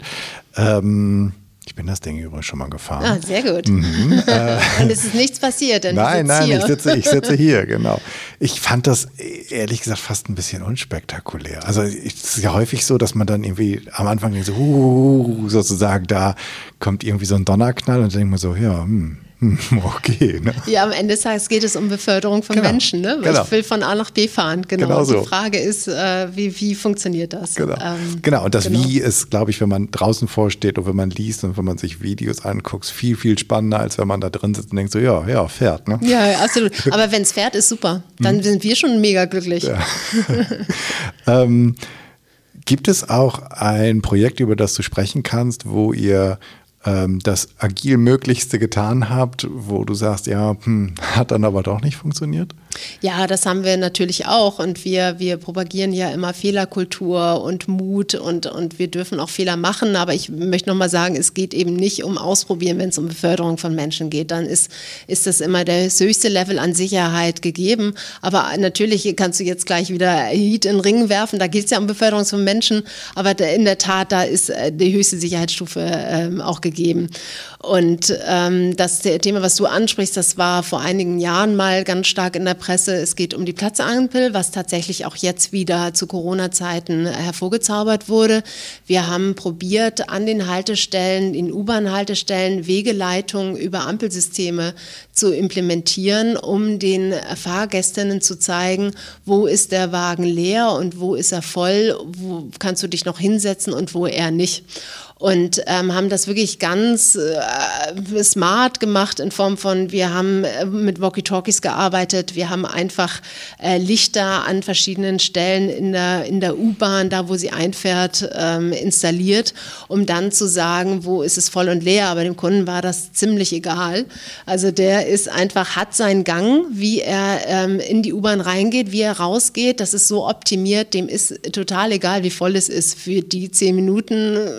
Ähm, ich bin das Ding übrigens schon mal gefahren. Ah, sehr gut. Mhm, äh, und es ist nichts passiert, denn nein, du sitzt nein, hier. ich sitze, ich sitze hier, genau. Ich fand das ehrlich gesagt fast ein bisschen unspektakulär. Also es ist ja häufig so, dass man dann irgendwie am Anfang denkt so, uh, sozusagen, da kommt irgendwie so ein Donnerknall und dann denkt man so, ja, hm. Okay. Ne? Ja, am Ende des Tages geht es um Beförderung von genau. Menschen. Ne? Genau. Ich will von A nach B fahren. Genau. Genau so. Die Frage ist, äh, wie, wie funktioniert das? Genau. Ähm, genau. Und das genau. Wie ist, glaube ich, wenn man draußen vorsteht und wenn man liest und wenn man sich Videos anguckt, viel, viel spannender, als wenn man da drin sitzt und denkt so, ja, ja, fährt. Ne? Ja, absolut. Aber wenn es fährt, ist super. Dann sind wir schon mega glücklich. Ja. ähm, gibt es auch ein Projekt, über das du sprechen kannst, wo ihr das agil Möglichste getan habt, wo du sagst, ja, hm, hat dann aber doch nicht funktioniert? Ja, das haben wir natürlich auch und wir, wir propagieren ja immer Fehlerkultur und Mut und, und wir dürfen auch Fehler machen, aber ich möchte nochmal sagen, es geht eben nicht um Ausprobieren, wenn es um Beförderung von Menschen geht, dann ist, ist das immer das höchste Level an Sicherheit gegeben, aber natürlich kannst du jetzt gleich wieder Heat in den Ring werfen, da geht es ja um Beförderung von Menschen, aber in der Tat, da ist die höchste Sicherheitsstufe ähm, auch gegeben. Und ähm, das Thema, was du ansprichst, das war vor einigen Jahren mal ganz stark in der Presse. Es geht um die Platzampel, was tatsächlich auch jetzt wieder zu Corona-Zeiten hervorgezaubert wurde. Wir haben probiert, an den Haltestellen, in U-Bahn-Haltestellen, Wegeleitungen über Ampelsysteme zu implementieren, um den Fahrgästinnen zu zeigen, wo ist der Wagen leer und wo ist er voll, wo kannst du dich noch hinsetzen und wo eher nicht. Und ähm, haben das wirklich ganz äh, smart gemacht in Form von, wir haben äh, mit Walkie-Talkies gearbeitet, wir haben einfach äh, Lichter an verschiedenen Stellen in der, in der U-Bahn, da wo sie einfährt, ähm, installiert, um dann zu sagen, wo ist es voll und leer. Aber dem Kunden war das ziemlich egal. Also der ist einfach, hat seinen Gang, wie er ähm, in die U-Bahn reingeht, wie er rausgeht. Das ist so optimiert, dem ist total egal, wie voll es ist. Für die zehn Minuten äh,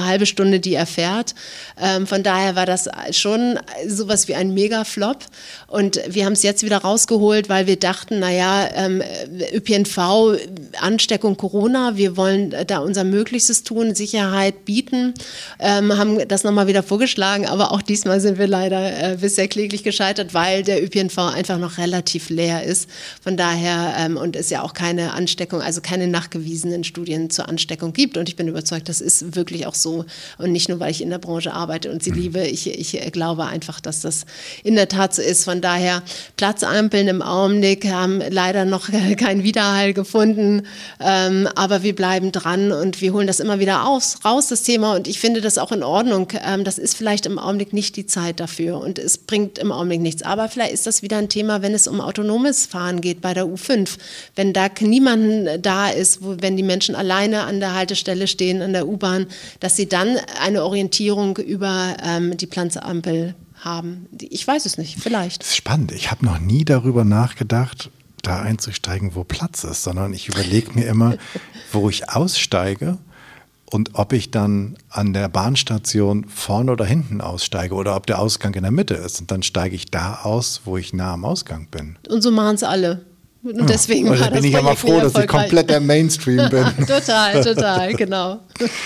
halbe Stunde, die er fährt. Ähm, von daher war das schon sowas wie ein Mega-Flop. Und wir haben es jetzt wieder rausgeholt, weil wir dachten, naja, ähm, Ö P N V, Ansteckung Corona, wir wollen da unser Möglichstes tun, Sicherheit bieten, ähm, haben das nochmal wieder vorgeschlagen, aber auch diesmal sind wir leider äh, bisher kläglich gescheitert, weil der Ö P N V einfach noch relativ leer ist. Von daher, ähm, und es ja auch keine Ansteckung, also keine nachgewiesenen Studien zur Ansteckung gibt. Und ich bin überzeugt, das ist wirklich auch so. Und nicht nur, weil ich in der Branche arbeite und sie liebe, ich, ich glaube einfach, dass das in der Tat so ist. Von daher, Platzampeln im Augenblick haben leider noch keinen Widerhall gefunden, ähm, aber wir bleiben dran und wir holen das immer wieder aus, raus, das Thema. Und ich finde das auch in Ordnung. Ähm, das ist vielleicht im Augenblick nicht die Zeit dafür und es bringt im Augenblick nichts. Aber vielleicht ist das wieder ein Thema, wenn es um autonomes Fahren geht bei der U fünf. Wenn da niemand da ist, wo, wenn die Menschen alleine an der Haltestelle stehen, an der U-Bahn, dass sie dann eine Orientierung über ähm, die Platzampel haben. Ich weiß es nicht, vielleicht. Das ist spannend. Ich habe noch nie darüber nachgedacht, da einzusteigen, wo Platz ist, sondern ich überlege mir immer, wo ich aussteige und ob ich dann an der Bahnstation vorne oder hinten aussteige oder ob der Ausgang in der Mitte ist. Und dann steige ich da aus, wo ich nah am Ausgang bin. Und so machen es alle. Und deswegen also war bin das ich ja mal froh, dass ich komplett der Mainstream bin. Total, total, genau.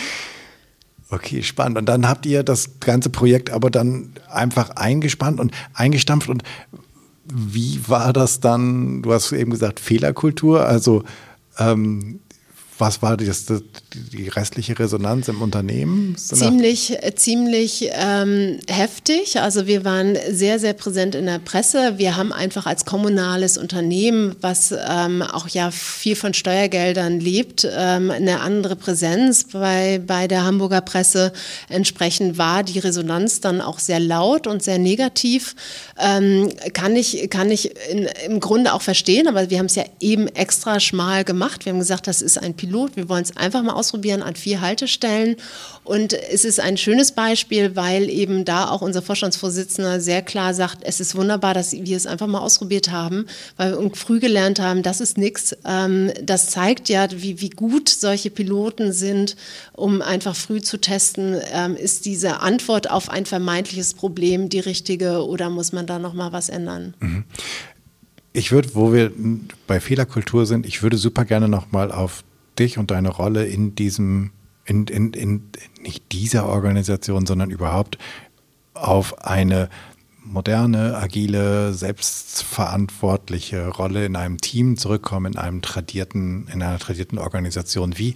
Okay, spannend. Und dann habt ihr das ganze Projekt aber dann einfach eingespannt und eingestampft. Und wie war das dann? Du hast eben gesagt, Fehlerkultur. Also ähm, was war das, das, die restliche Resonanz im Unternehmen? Ziemlich, ziemlich ähm, heftig. Also wir waren sehr, sehr präsent in der Presse. Wir haben einfach als kommunales Unternehmen, was ähm, auch ja viel von Steuergeldern lebt, ähm, eine andere Präsenz bei, bei der Hamburger Presse. Entsprechend war die Resonanz dann auch sehr laut und sehr negativ. Ähm, kann ich, kann ich in, im Grunde auch verstehen, aber wir haben es ja eben extra schmal gemacht. Wir haben gesagt, das ist ein Pilot. Wir wollen es einfach mal ausprobieren an vier Haltestellen. Und es ist ein schönes Beispiel, weil eben da auch unser Vorstandsvorsitzender sehr klar sagt, es ist wunderbar, dass wir es einfach mal ausprobiert haben, weil wir früh gelernt haben, das ist nichts. Das zeigt ja, wie, wie gut solche Piloten sind, um einfach früh zu testen, ist diese Antwort auf ein vermeintliches Problem die richtige oder muss man da noch mal was ändern? Mhm. Ich würde, wo wir bei Fehlerkultur sind, ich würde super gerne noch mal auf dich und deine Rolle in diesem, in, in, in nicht dieser Organisation, sondern überhaupt auf eine moderne, agile, selbstverantwortliche Rolle in einem Team zurückkommen, in einem tradierten, in einer tradierten Organisation. Wie,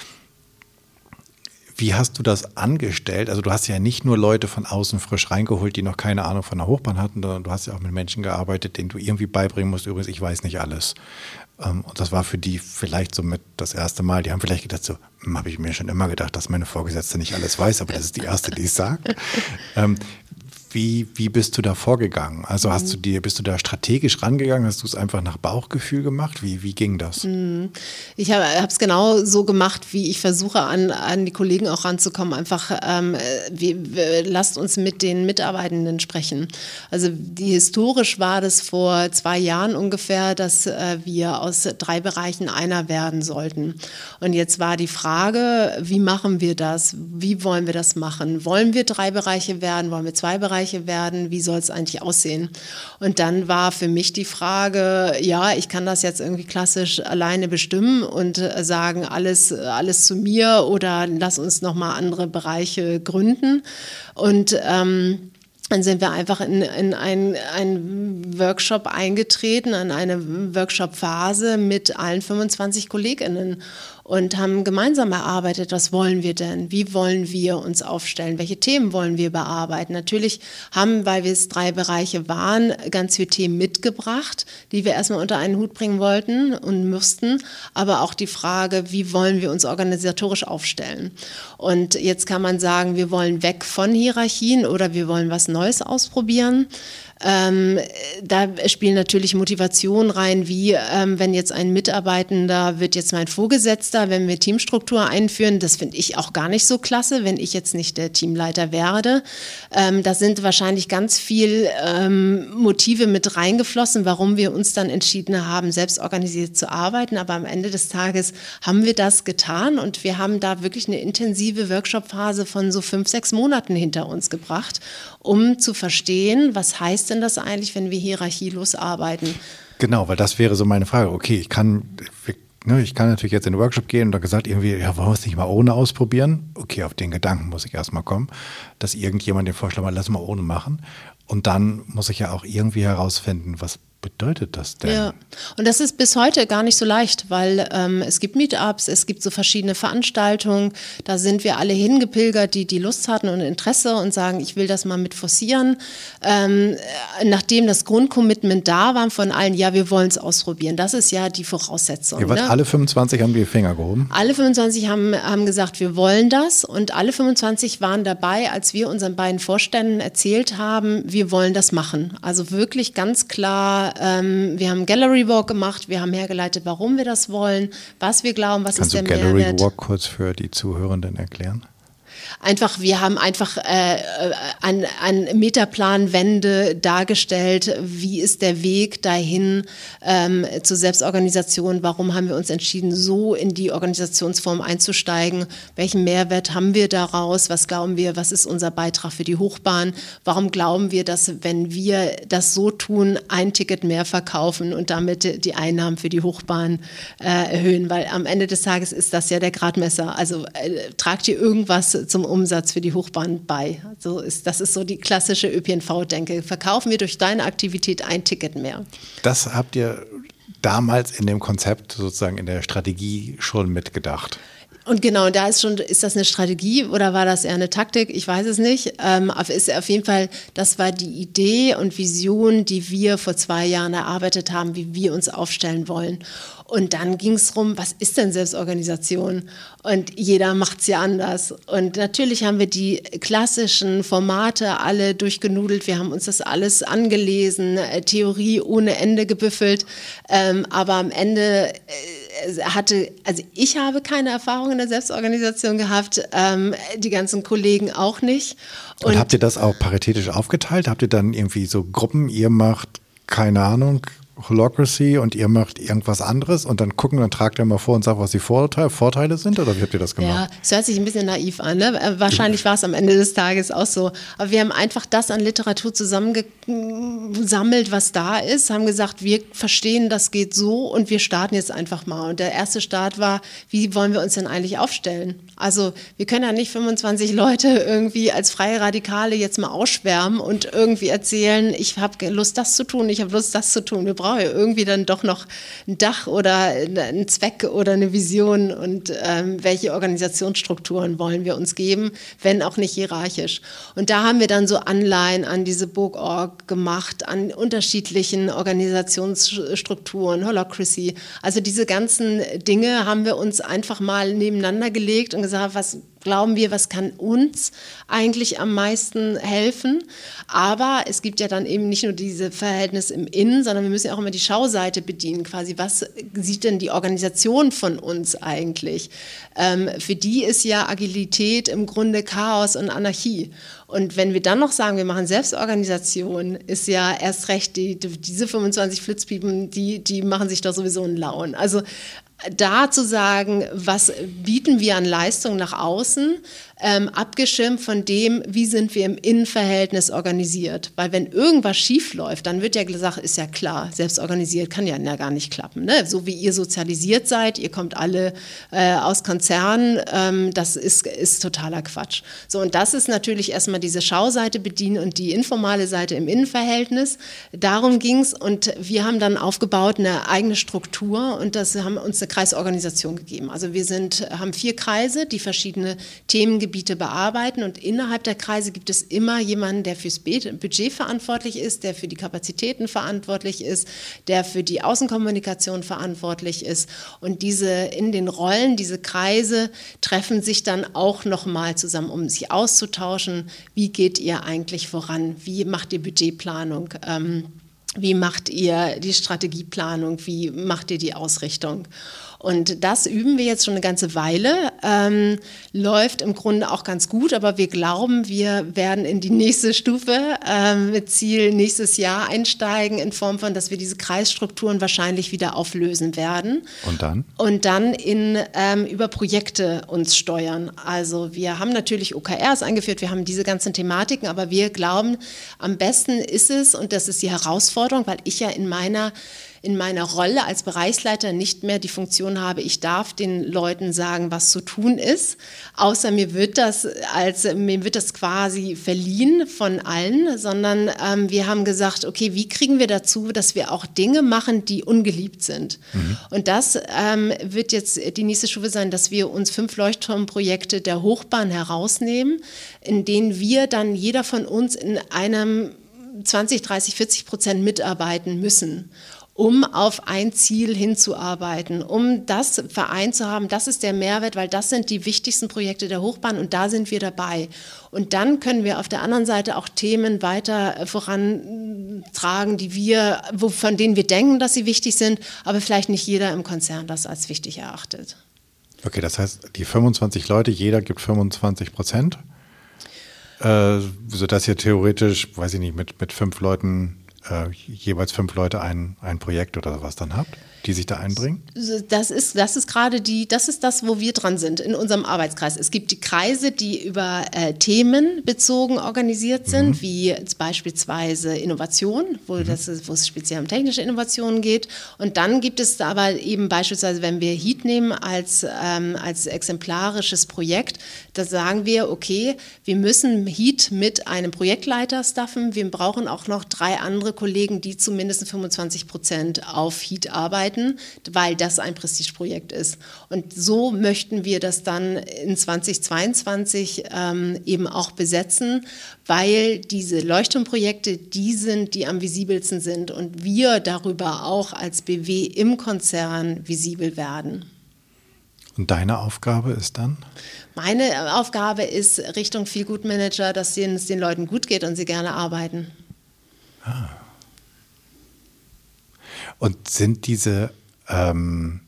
wie hast du das angestellt? Also du hast ja nicht nur Leute von außen frisch reingeholt, die noch keine Ahnung von der Hochbahn hatten, sondern du hast ja auch mit Menschen gearbeitet, denen du irgendwie beibringen musst, übrigens, ich weiß nicht alles. Und das war für die vielleicht so mit das erste Mal. Die haben vielleicht gedacht, so hm, habe ich mir schon immer gedacht, dass meine Vorgesetzte nicht alles weiß, aber das ist die erste, die es sagt. ähm, wie, wie bist du da vorgegangen? Also hast du dir, bist du da strategisch rangegangen? Hast du es einfach nach Bauchgefühl gemacht? Wie, wie ging das? Ich habe es genau so gemacht, wie ich versuche, an, an die Kollegen auch ranzukommen. Einfach, ähm, wie, lasst uns mit den Mitarbeitenden sprechen. Also die, historisch war das vor zwei Jahren ungefähr, dass äh, wir aus drei Bereichen einer werden sollten. Und jetzt war die Frage, wie machen wir das? Wie wollen wir das machen? Wollen wir drei Bereiche werden? Wollen wir zwei Bereiche werden? Wie soll es eigentlich aussehen? Und dann war für mich die Frage, ja, ich kann das jetzt irgendwie klassisch alleine bestimmen und äh, sagen, alles, alles zu mir oder lass uns nochmal andere Bereiche gründen. Und ähm, dann sind wir einfach in, in einen, einen Workshop eingetreten, in eine Workshop-Phase mit allen fünfundzwanzig KollegInnen und haben gemeinsam erarbeitet, was wollen wir denn, wie wollen wir uns aufstellen, welche Themen wollen wir bearbeiten. Natürlich haben, weil wir es drei Bereiche waren, ganz viele Themen mitgebracht, die wir erstmal unter einen Hut bringen wollten und müssten, aber auch die Frage, wie wollen wir uns organisatorisch aufstellen. Und jetzt kann man sagen, wir wollen weg von Hierarchien oder wir wollen was Neues ausprobieren. Ähm, da spielen natürlich Motivationen rein, wie ähm, wenn jetzt ein Mitarbeitender wird jetzt mein Vorgesetzter, da, wenn wir Teamstruktur einführen. Das finde ich auch gar nicht so klasse, wenn ich jetzt nicht der Teamleiter werde. Ähm, da sind wahrscheinlich ganz viel ähm, Motive mit reingeflossen, warum wir uns dann entschieden haben, selbst organisiert zu arbeiten. Aber am Ende des Tages haben wir das getan und wir haben da wirklich eine intensive Workshop-Phase von so fünf, sechs Monaten hinter uns gebracht, um zu verstehen, was heißt denn das eigentlich, wenn wir hierarchielos arbeiten. Genau, weil das wäre so meine Frage. Okay, ich kann, ne, ich kann natürlich jetzt in den Workshop gehen und dann gesagt irgendwie, ja, wollen wir es nicht mal ohne ausprobieren? Okay, auf den Gedanken muss ich erstmal kommen, dass irgendjemand den Vorschlag macht, lass mal ohne machen. Und dann muss ich ja auch irgendwie herausfinden, was bedeutet das denn? Ja, und das ist bis heute gar nicht so leicht, weil ähm, es gibt Meetups, es gibt so verschiedene Veranstaltungen, da sind wir alle hingepilgert, die die Lust hatten und Interesse und sagen, ich will das mal mit forcieren. Ähm, nachdem das Grundcommitment da war von allen, ja, wir wollen es ausprobieren, das ist ja die Voraussetzung. Ihr wart ne? Alle fünfundzwanzig haben die Finger gehoben? Alle fünfundzwanzig haben, haben gesagt, wir wollen das und alle fünfundzwanzig waren dabei, als wir unseren beiden Vorständen erzählt haben, wir wollen das machen. Also wirklich ganz klar, ähm, wir haben Gallery Walk gemacht, wir haben hergeleitet, warum wir das wollen, was wir glauben, was Kannst ist der Mehrwert. Kannst du Gallery Mehrwert. Walk kurz für die Zuhörenden erklären? Einfach, wir haben einfach äh, an, an Metaplanwände dargestellt, wie ist der Weg dahin ähm, zur Selbstorganisation, warum haben wir uns entschieden, so in die Organisationsform einzusteigen, welchen Mehrwert haben wir daraus, was glauben wir, was ist unser Beitrag für die Hochbahn, warum glauben wir, dass wenn wir das so tun, ein Ticket mehr verkaufen und damit die Einnahmen für die Hochbahn äh, erhöhen, weil am Ende des Tages ist das ja der Gradmesser, also äh, tragt ihr irgendwas zum Umsatz für die Hochbahn bei. So ist, das ist so die klassische Ö P N V-Denke. Verkaufen wir durch deine Aktivität ein Ticket mehr. Das habt ihr damals in dem Konzept, sozusagen in der Strategie schon mitgedacht. Und genau, da ist schon, ist das eine Strategie oder war das eher eine Taktik? Ich weiß es nicht. Ähm, aber ist auf jeden Fall, das war die Idee und Vision, die wir vor zwei Jahren erarbeitet haben, wie wir uns aufstellen wollen. Und dann ging es darum, was ist denn Selbstorganisation? Und jeder macht es ja anders. Und natürlich haben wir die klassischen Formate alle durchgenudelt. Wir haben uns das alles angelesen, Theorie ohne Ende gebüffelt. Ähm, aber am Ende äh, hatte, also ich habe keine Erfahrung in der Selbstorganisation gehabt, ähm, die ganzen Kollegen auch nicht. Und, Und habt ihr das auch paritätisch aufgeteilt? Habt ihr dann irgendwie so Gruppen, ihr macht, keine Ahnung, Holacracy und ihr macht irgendwas anderes und dann gucken, dann tragt ihr mal vor und sagt, was die Vorteile, Vorteile sind oder wie habt ihr das gemacht? Ja, es hört sich ein bisschen naiv an, ne? Wahrscheinlich war es am Ende des Tages auch so. Aber wir haben einfach das an Literatur zusammengesammelt, was da ist, haben gesagt, wir verstehen, das geht so und wir starten jetzt einfach mal. Und der erste Start war, wie wollen wir uns denn eigentlich aufstellen? Also wir können ja nicht fünfundzwanzig Leute irgendwie als freie Radikale jetzt mal ausschwärmen und irgendwie erzählen, ich habe Lust, das zu tun, ich habe Lust, das zu tun. Wir brauchen ja irgendwie dann doch noch ein Dach oder einen Zweck oder eine Vision und ähm, welche Organisationsstrukturen wollen wir uns geben, wenn auch nicht hierarchisch. Und da haben wir dann so Anleihen an diese Burg-Org gemacht, an unterschiedlichen Organisationsstrukturen, Holacracy. Also diese ganzen Dinge haben wir uns einfach mal nebeneinander gelegt und gesagt, was glauben wir, was kann uns eigentlich am meisten helfen? Aber es gibt ja dann eben nicht nur diese Verhältnisse im Innen, sondern wir müssen ja auch immer die Schauseite bedienen, quasi, was sieht denn die Organisation von uns eigentlich? Ähm, für die ist ja Agilität im Grunde Chaos und Anarchie. Und wenn wir dann noch sagen, wir machen Selbstorganisation, ist ja erst recht, die, diese fünfundzwanzig Flitzpiepen, die, die machen sich doch sowieso einen Lauen. Also da zu sagen, was bieten wir an Leistung nach außen, ähm, abgeschirmt von dem, wie sind wir im Innenverhältnis organisiert. Weil wenn irgendwas schief läuft, dann wird ja gesagt, ist ja klar, selbst organisiert kann ja, ja gar nicht klappen. Ne? So wie ihr sozialisiert seid, ihr kommt alle äh, aus Konzernen, ähm, das ist, ist totaler Quatsch. So, und das ist natürlich erstmal diese Schauseite bedienen und die informale Seite im Innenverhältnis. Darum ging es und wir haben dann aufgebaut eine eigene Struktur und das haben uns eine Kreisorganisation gegeben. Also wir sind, haben vier Kreise, die verschiedene Themengebiete bearbeiten und innerhalb der Kreise gibt es immer jemanden, der fürs Budget verantwortlich ist, der für die Kapazitäten verantwortlich ist, der für die Außenkommunikation verantwortlich ist und diese in den Rollen, diese Kreise treffen sich dann auch nochmal zusammen, um sich auszutauschen, wie geht ihr eigentlich voran, wie macht ihr Budgetplanung, ähm, wie macht ihr die Strategieplanung, wie macht ihr die Ausrichtung? Und das üben wir jetzt schon eine ganze Weile, ähm, läuft im Grunde auch ganz gut, aber wir glauben, wir werden in die nächste Stufe ähm, mit Ziel nächstes Jahr einsteigen, in Form von, dass wir diese Kreisstrukturen wahrscheinlich wieder auflösen werden. Und dann? Und dann in, ähm, über Projekte uns steuern. Also wir haben natürlich O K Rs eingeführt, wir haben diese ganzen Thematiken, aber wir glauben, am besten ist es, und das ist die Herausforderung, weil ich ja in meiner in meiner Rolle als Bereichsleiter nicht mehr die Funktion habe, ich darf den Leuten sagen, was zu tun ist, außer mir wird das als mir wird das quasi verliehen von allen, sondern ähm, wir haben gesagt, okay, wie kriegen wir dazu, dass wir auch Dinge machen, die ungeliebt sind? Mhm. Und das ähm, wird jetzt die nächste Stufe sein, dass wir uns fünf Leuchtturmprojekte der Hochbahn herausnehmen, in denen wir dann jeder von uns in einem zwanzig, dreißig, vierzig Prozent mitarbeiten müssen, um auf ein Ziel hinzuarbeiten, um das vereint zu haben. Das ist der Mehrwert, weil das sind die wichtigsten Projekte der Hochbahn und da sind wir dabei. Und dann können wir auf der anderen Seite auch Themen weiter vorantragen, die wir, von denen wir denken, dass sie wichtig sind, aber vielleicht nicht jeder im Konzern das als wichtig erachtet. Okay, das heißt, die fünfundzwanzig Leute, jeder gibt fünfundzwanzig Prozent, äh, sodass ihr theoretisch, weiß ich nicht, mit, mit fünf Leuten Äh, jeweils fünf Leute ein, ein Projekt oder was dann habt, die sich da einbringen? Das ist, das ist gerade die, das ist das, wo wir dran sind in unserem Arbeitskreis. Es gibt die Kreise, die über äh, Themen bezogen organisiert sind, mhm. wie beispielsweise Innovation, wo, mhm. das ist, wo es speziell um technische Innovationen geht. Und dann gibt es aber eben beispielsweise, wenn wir Heat nehmen als, ähm, als exemplarisches Projekt, da sagen wir, okay, wir müssen Heat mit einem Projektleiter staffen. Wir brauchen auch noch drei andere Kollegen, die zumindest fünfundzwanzig Prozent auf Heat arbeiten, weil das ein Prestigeprojekt ist. Und so möchten wir das dann in zweitausendzweiundzwanzig ähm, eben auch besetzen, weil diese Leuchtturmprojekte die sind, die am visibelsten sind und wir darüber auch als B W im Konzern visibel werden. Und deine Aufgabe ist dann? Meine Aufgabe ist Richtung Feel-Good-Manager, dass es den Leuten gut geht und sie gerne arbeiten. Ah. Und sind diese, ähm,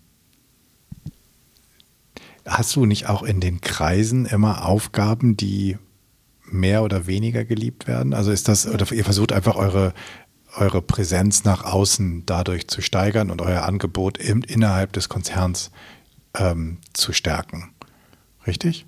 hast du nicht auch in den Kreisen immer Aufgaben, die mehr oder weniger geliebt werden? Also ist das, oder ihr versucht einfach eure, eure Präsenz nach außen dadurch zu steigern und euer Angebot im, innerhalb des Konzerns ähm, zu stärken. Richtig?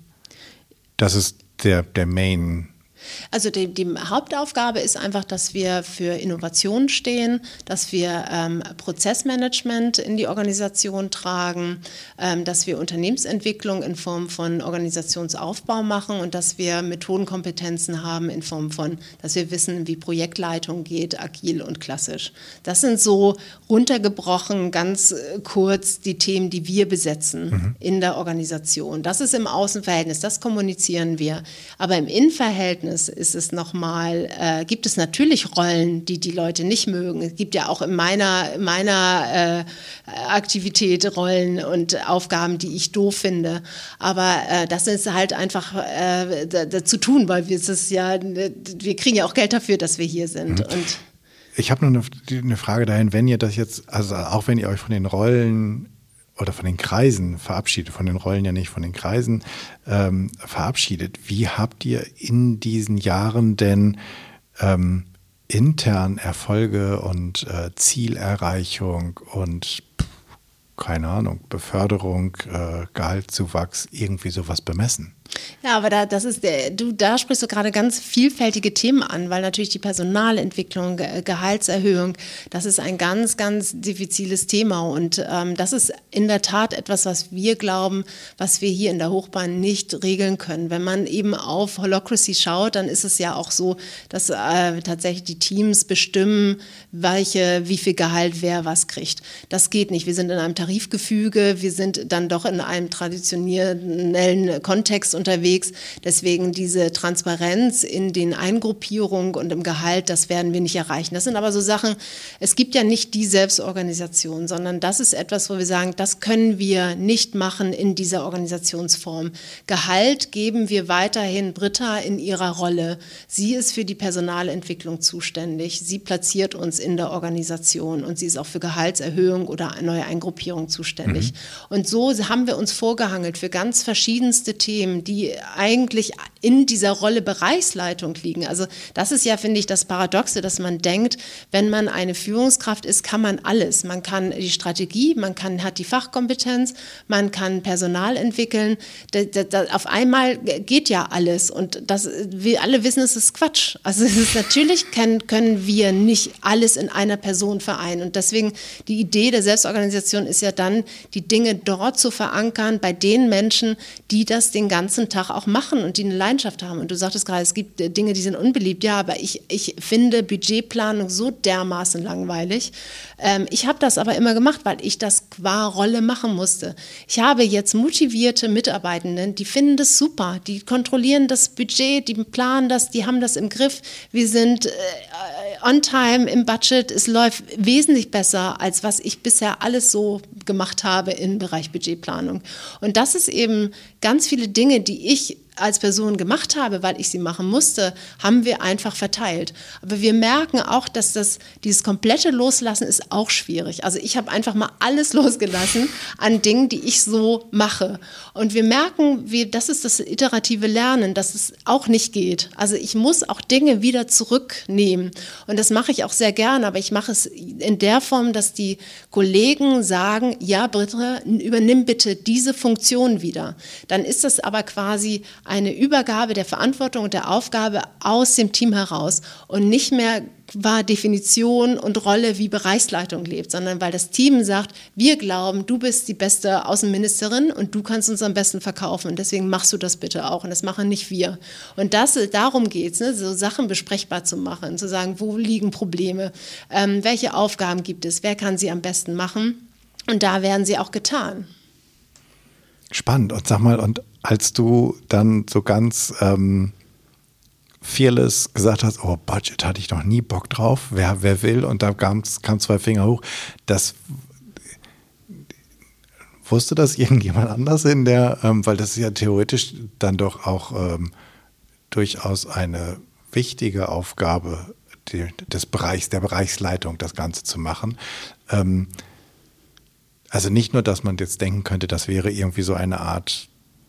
Das ist der, der Main. Also die, die Hauptaufgabe ist einfach, dass wir für Innovation stehen, dass wir ähm, Prozessmanagement in die Organisation tragen, ähm, dass wir Unternehmensentwicklung in Form von Organisationsaufbau machen und dass wir Methodenkompetenzen haben in Form von, dass wir wissen, wie Projektleitung geht, agil und klassisch. Das sind so runtergebrochen ganz kurz die Themen, die wir besetzen mhm. in der Organisation. Das ist im Außenverhältnis, das kommunizieren wir. Aber im Innenverhältnis ist es nochmal, äh, gibt es natürlich Rollen, die die Leute nicht mögen. Es gibt ja auch in meiner, in meiner äh, Aktivität Rollen und Aufgaben, die ich doof finde. Aber äh, das ist halt einfach äh, da, da zu tun, weil wir es ja, wir kriegen ja auch Geld dafür, dass wir hier sind. Mhm. Und ich habe nur eine, eine Frage dahin, wenn ihr das jetzt, also auch wenn ihr euch von den Rollen oder von den Kreisen verabschiedet, von den Rollen ja nicht, von den Kreisen ähm, verabschiedet. Wie habt ihr in diesen Jahren denn ähm, intern Erfolge und äh, Zielerreichung und keine Ahnung, Beförderung, äh, Gehaltszuwachs, irgendwie sowas bemessen? Ja, aber da, das ist der, du, da sprichst du gerade ganz vielfältige Themen an, weil natürlich die Personalentwicklung, Ge- Gehaltserhöhung, das ist ein ganz, ganz diffiziles Thema und ähm, das ist in der Tat etwas, was wir glauben, was wir hier in der Hochbahn nicht regeln können. Wenn man eben auf Holacracy schaut, dann ist es ja auch so, dass äh, tatsächlich die Teams bestimmen, welche, wie viel Gehalt wer was kriegt. Das geht nicht. Wir sind in einem Tarifgefüge, wir sind dann doch in einem traditionellen Kontext und unterwegs. Deswegen diese Transparenz in den Eingruppierungen und im Gehalt, das werden wir nicht erreichen. Das sind aber so Sachen, es gibt ja nicht die Selbstorganisation, sondern das ist etwas, wo wir sagen, das können wir nicht machen in dieser Organisationsform. Gehalt geben wir weiterhin Britta in ihrer Rolle. Sie ist für die Personalentwicklung zuständig. Sie platziert uns in der Organisation und sie ist auch für Gehaltserhöhung oder neue Eingruppierung zuständig. Mhm. Und so haben wir uns vorgehangelt für ganz verschiedenste Themen, die eigentlich in dieser Rolle Bereichsleitung liegen. Also das ist ja, finde ich, das Paradoxe, dass man denkt, wenn man eine Führungskraft ist, kann man alles. Man kann die Strategie, man kann, hat die Fachkompetenz, man kann Personal entwickeln. Da, da, da, auf einmal geht ja alles und das, wir alle wissen, es ist Quatsch. Also es ist, natürlich können, können wir nicht alles in einer Person vereinen und deswegen die Idee der Selbstorganisation ist ja dann, die Dinge dort zu verankern bei den Menschen, die das den ganzen Tag auch machen und die eine Leidenschaft haben. Und du sagtest gerade, es gibt Dinge, die sind unbeliebt. Ja, aber ich, ich finde Budgetplanung so dermaßen langweilig. Ähm, ich habe das aber immer gemacht, weil ich das qua Rolle machen musste. Ich habe jetzt motivierte Mitarbeitenden, die finden das super, die kontrollieren das Budget, die planen das, die haben das im Griff. Wir sind äh, on time im Budget, es läuft wesentlich besser, als was ich bisher alles so gemacht habe im Bereich Budgetplanung. Und das ist eben ganz viele Dinge, die ich als Person gemacht habe, weil ich sie machen musste, haben wir einfach verteilt. Aber wir merken auch, dass das, dieses komplette Loslassen ist auch schwierig. Also ich habe einfach mal alles losgelassen an Dingen, die ich so mache. Und wir merken, wie, das ist das iterative Lernen, dass es auch nicht geht. Also ich muss auch Dinge wieder zurücknehmen. Und das mache ich auch sehr gerne, aber ich mache es in der Form, dass die Kollegen sagen, ja, Britta, übernimm bitte diese Funktion wieder. Dann ist das aber quasi eine Übergabe der Verantwortung und der Aufgabe aus dem Team heraus und nicht mehr war Definition und Rolle wie Bereichsleitung lebt, sondern weil das Team sagt, wir glauben, du bist die beste Außenministerin und du kannst uns am besten verkaufen und deswegen machst du das bitte auch und das machen nicht wir. Und das, darum geht es, ne, so Sachen besprechbar zu machen, zu sagen, wo liegen Probleme, ähm, welche Aufgaben gibt es, wer kann sie am besten machen und da werden sie auch getan. Spannend. Und sag mal, und als du dann so ganz ähm, fearless gesagt hast, oh, Budget hatte ich noch nie Bock drauf, wer, wer will, und da kam, kam zwei Finger hoch, das wusste das irgendjemand anders in der, ähm, weil das ist ja theoretisch dann doch auch ähm, durchaus eine wichtige Aufgabe die, des Bereichs, der Bereichsleitung, das Ganze zu machen. Ähm, also nicht nur, dass man jetzt denken könnte, das wäre irgendwie so eine Art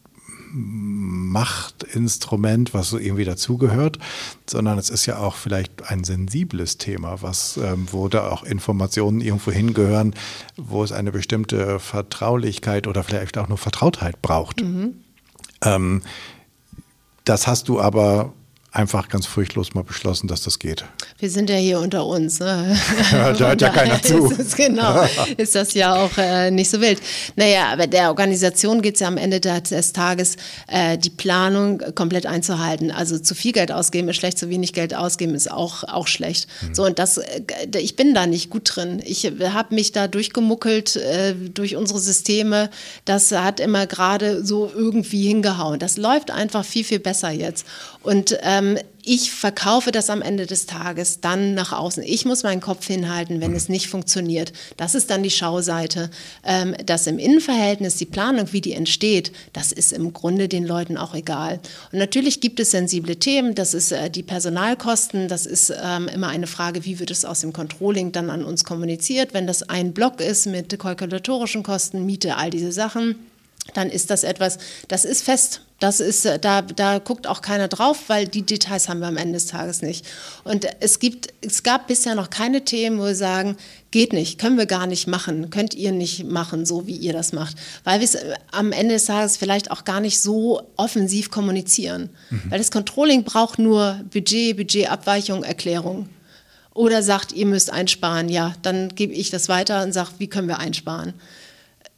Machtinstrument, was so irgendwie dazugehört, sondern es ist ja auch vielleicht ein sensibles Thema, was, ähm, wo da auch Informationen irgendwo hingehören, wo es eine bestimmte Vertraulichkeit oder vielleicht auch nur Vertrautheit braucht. Mhm. Ähm, das hast du aber einfach ganz furchtlos mal beschlossen, dass das geht. Wir sind ja hier unter uns. Ne? Ja, da hört ja keiner zu. Ist es, genau, ist das ja auch äh, nicht so wild. Naja, aber der Organisation geht es ja am Ende des Tages, äh, die Planung komplett einzuhalten. Also zu viel Geld ausgeben ist schlecht, zu wenig Geld ausgeben ist auch, auch schlecht. Mhm. So, und das, äh, ich bin da nicht gut drin. Ich habe mich da durchgemuckelt äh, durch unsere Systeme. Das hat immer gerade so irgendwie hingehauen. Das läuft einfach viel, viel besser jetzt. Und ähm, ich verkaufe das am Ende des Tages dann nach außen. Ich muss meinen Kopf hinhalten, wenn mhm. es nicht funktioniert. Das ist dann die Schauseite. Ähm, das im Innenverhältnis, die Planung, wie die entsteht, das ist im Grunde den Leuten auch egal. Und natürlich gibt es sensible Themen, das ist äh, die Personalkosten, das ist ähm, immer eine Frage, wie wird es aus dem Controlling dann an uns kommuniziert. Wenn das ein Block ist mit kalkulatorischen Kosten, Miete, all diese Sachen, dann ist das etwas, das ist fest. Das ist, da, da guckt auch keiner drauf, weil die Details haben wir am Ende des Tages nicht. Und es gibt, es gab bisher noch keine Themen, wo wir sagen, geht nicht, können wir gar nicht machen, könnt ihr nicht machen, so wie ihr das macht. Weil wir es am Ende des Tages vielleicht auch gar nicht so offensiv kommunizieren. Mhm. Weil das Controlling braucht nur Budget, Budgetabweichung, Erklärung. Oder sagt, ihr müsst einsparen, ja, dann gebe ich das weiter und sage, wie können wir einsparen.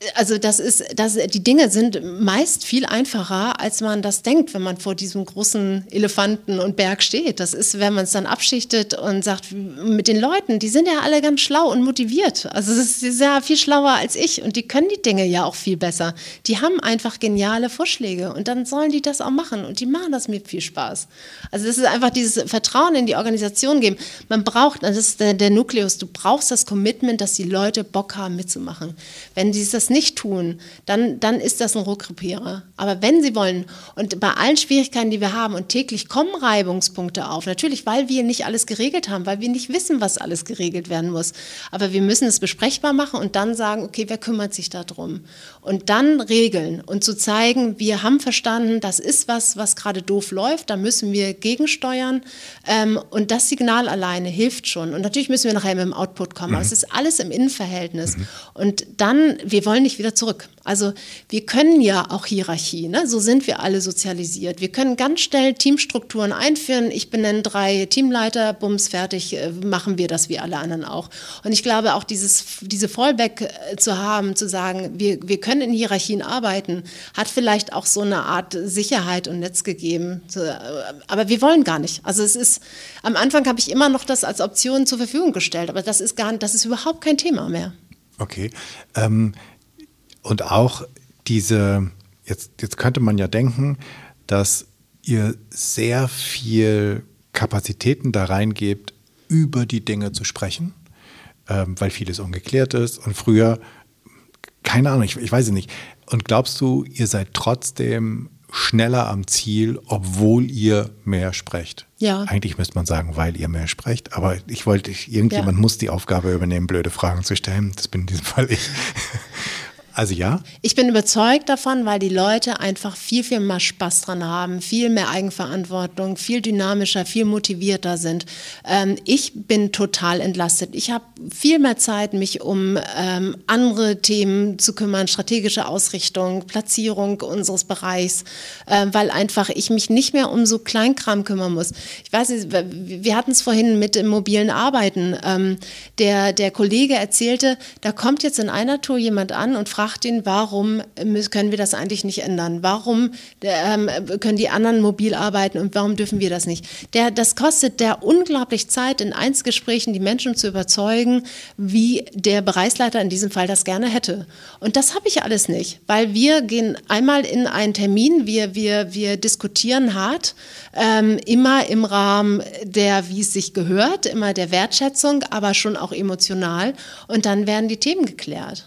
Also das ist, das, die Dinge sind meist viel einfacher, als man das denkt, wenn man vor diesem großen Elefanten und Berg steht. Das ist, wenn man es dann abschichtet und sagt, mit den Leuten, die sind ja alle ganz schlau und motiviert. Also es ist ja viel schlauer als ich und die können die Dinge ja auch viel besser. Die haben einfach geniale Vorschläge und dann sollen die das auch machen und die machen das mit viel Spaß. Also das ist einfach dieses Vertrauen in die Organisation geben. Man braucht, das ist der, der Nukleus, du brauchst das Commitment, dass die Leute Bock haben mitzumachen. Wenn sie das nicht tun, dann, dann ist das ein Rohrkrepierer. Aber wenn sie wollen und bei allen Schwierigkeiten, die wir haben und täglich kommen Reibungspunkte auf, natürlich, weil wir nicht alles geregelt haben, weil wir nicht wissen, was alles geregelt werden muss. Aber wir müssen es besprechbar machen und dann sagen, okay, wer kümmert sich darum? Und dann regeln und zu zeigen, wir haben verstanden, das ist was, was gerade doof läuft, da müssen wir gegensteuern ähm, und das Signal alleine hilft schon. Und natürlich müssen wir nachher mit dem Output kommen, mhm. aber es ist alles im Innenverhältnis. Mhm. Und dann, wir wollen nicht wieder zurück. Also wir können ja auch Hierarchie, ne? So sind wir alle sozialisiert. Wir können ganz schnell Teamstrukturen einführen. Ich benenne drei Teamleiter, bums, fertig, äh, machen wir das wie alle anderen auch. Und ich glaube auch dieses, diese Fallback äh, zu haben, zu sagen, wir, wir können in Hierarchien arbeiten, hat vielleicht auch so eine Art Sicherheit und Netz gegeben. So, äh, aber wir wollen gar nicht. Also es ist, am Anfang habe ich immer noch das als Option zur Verfügung gestellt, aber das ist gar, das ist überhaupt kein Thema mehr. Okay. Ähm, und auch diese, jetzt, jetzt könnte man ja denken, dass ihr sehr viel Kapazitäten da reingebt, über die Dinge zu sprechen, ähm, weil vieles ungeklärt ist und früher, keine Ahnung, ich, ich weiß es nicht. Und glaubst du, ihr seid trotzdem schneller am Ziel, obwohl ihr mehr sprecht? Ja. Eigentlich müsste man sagen, weil ihr mehr sprecht, aber ich wollte, irgendjemand ja. muss die Aufgabe übernehmen, blöde Fragen zu stellen. Das bin in diesem Fall ich. Also ja? Ich bin überzeugt davon, weil die Leute einfach viel, viel mehr Spaß dran haben, viel mehr Eigenverantwortung, viel dynamischer, viel motivierter sind. Ähm, ich bin total entlastet. Ich habe viel mehr Zeit, mich um ähm, andere Themen zu kümmern, strategische Ausrichtung, Platzierung unseres Bereichs, äh, weil einfach ich mich nicht mehr um so Kleinkram kümmern muss. Ich weiß nicht, wir hatten es vorhin mit dem mobilen Arbeiten. Ähm, der, der Kollege erzählte, da kommt jetzt in einer Tour jemand an und fragt, ihn, warum können wir das eigentlich nicht ändern? Warum ähm, können die anderen mobil arbeiten und warum dürfen wir das nicht? Der, das kostet der unglaublich Zeit, in Einzelgesprächen die Menschen zu überzeugen, wie der Bereichsleiter in diesem Fall das gerne hätte. Und das habe ich alles nicht, weil wir gehen einmal in einen Termin, wir, wir, wir diskutieren hart, ähm, immer im Rahmen der, wie es sich gehört, immer der Wertschätzung, aber schon auch emotional und dann werden die Themen geklärt.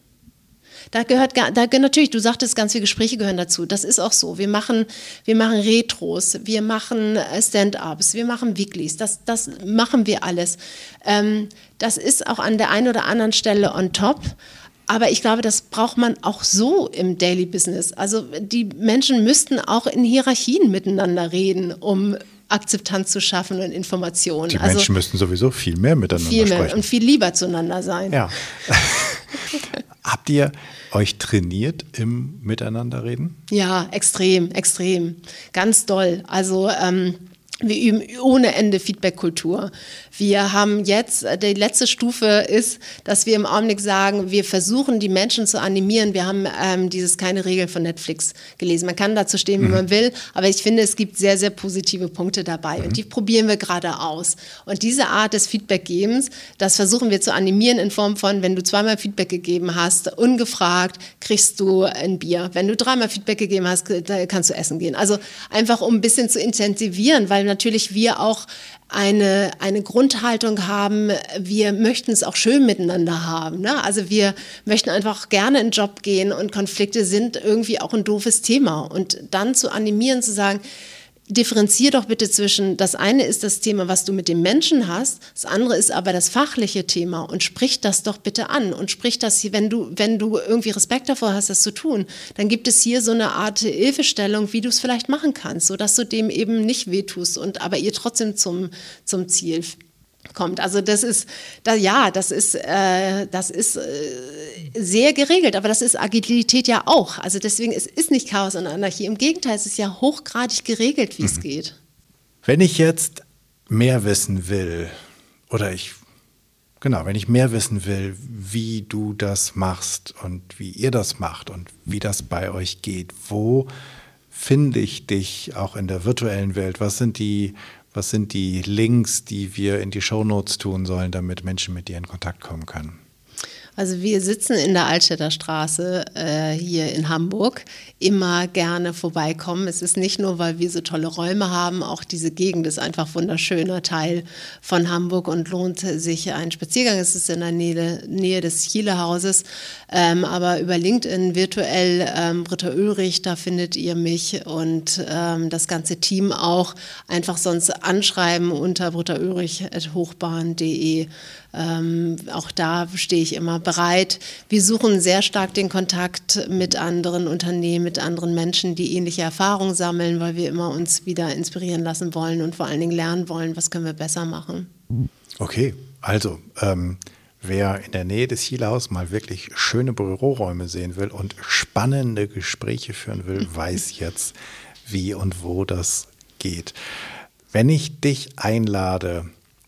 Da gehört, da gehört natürlich, du sagtest, ganz viele Gespräche gehören dazu. Das ist auch so. Wir machen, wir machen Retros, wir machen Stand-ups, wir machen Weeklies. Das, das machen wir alles. Ähm, das ist auch an der einen oder anderen Stelle on top. Aber ich glaube, das braucht man auch so im Daily Business. Also die Menschen müssten auch in Hierarchien miteinander reden, um Akzeptanz zu schaffen und Informationen. Die Menschen also, müssten sowieso viel mehr miteinander viel mehr sprechen. Und viel lieber zueinander sein. Ja. Habt ihr euch trainiert im Miteinanderreden? Ja, extrem, extrem. Ganz doll. Also ähm, wir üben ohne Ende Feedback-Kultur. Wir haben jetzt, die letzte Stufe ist, dass wir im Augenblick sagen, wir versuchen, die Menschen zu animieren. Wir haben ähm, dieses Keine Regeln von Netflix gelesen. Man kann dazu stehen, wie mhm. man will, aber ich finde, es gibt sehr, sehr positive Punkte dabei mhm. und die probieren wir gerade aus. Und diese Art des Feedback-Gebens, das versuchen wir zu animieren in Form von, wenn du zweimal Feedback gegeben hast, ungefragt, kriegst du ein Bier. Wenn du dreimal Feedback gegeben hast, kannst du essen gehen. Also einfach, um ein bisschen zu intensivieren, weil natürlich wir auch eine, eine Grundhaltung haben, wir möchten es auch schön miteinander haben. Ne? Also wir möchten einfach gerne in den Job gehen und Konflikte sind irgendwie auch ein doofes Thema. Und dann zu animieren, zu sagen, differenzier doch bitte zwischen, das eine ist das Thema, was du mit dem Menschen hast, das andere ist aber das fachliche Thema und sprich das doch bitte an und sprich das hier, wenn du, wenn du irgendwie Respekt davor hast, das zu tun, dann gibt es hier so eine Art Hilfestellung, wie du es vielleicht machen kannst, sodass du dem eben nicht wehtust und aber ihr trotzdem zum, zum Ziel kommt. Also das ist, da, ja, das ist, äh, das ist äh, sehr geregelt, aber das ist Agilität ja auch. Also deswegen, es ist nicht Chaos und Anarchie. Im Gegenteil, es ist ja hochgradig geregelt, wie mhm. es geht. Wenn ich jetzt mehr wissen will oder ich, genau, wenn ich mehr wissen will, wie du das machst und wie ihr das macht und wie das bei euch geht, wo finde ich dich auch in der virtuellen Welt? Was sind die, was sind die Links, die wir in die Shownotes tun sollen, damit Menschen mit dir in Kontakt kommen können? Also wir sitzen in der Altstädter Straße äh, hier in Hamburg, immer gerne vorbeikommen. Es ist nicht nur, weil wir so tolle Räume haben, auch diese Gegend ist einfach wunderschöner Teil von Hamburg und lohnt sich ein Spaziergang. Es ist in der Nähe, Nähe des Chile-Hauses, ähm, aber über LinkedIn virtuell ähm, Britta Ulrich, da findet ihr mich und ähm, das ganze Team auch. Einfach sonst anschreiben unter britta ulrich at hochbahn punkt de. Ähm, auch da stehe ich immer bereit. Wir suchen sehr stark den Kontakt mit anderen Unternehmen, mit anderen Menschen, die ähnliche Erfahrungen sammeln, weil wir immer uns wieder inspirieren lassen wollen und vor allen Dingen lernen wollen, was können wir besser machen. Okay, also ähm, wer in der Nähe des Chile-Hauses mal wirklich schöne Büroräume sehen will und spannende Gespräche führen will, weiß jetzt, wie und wo das geht. Wenn ich dich einlade,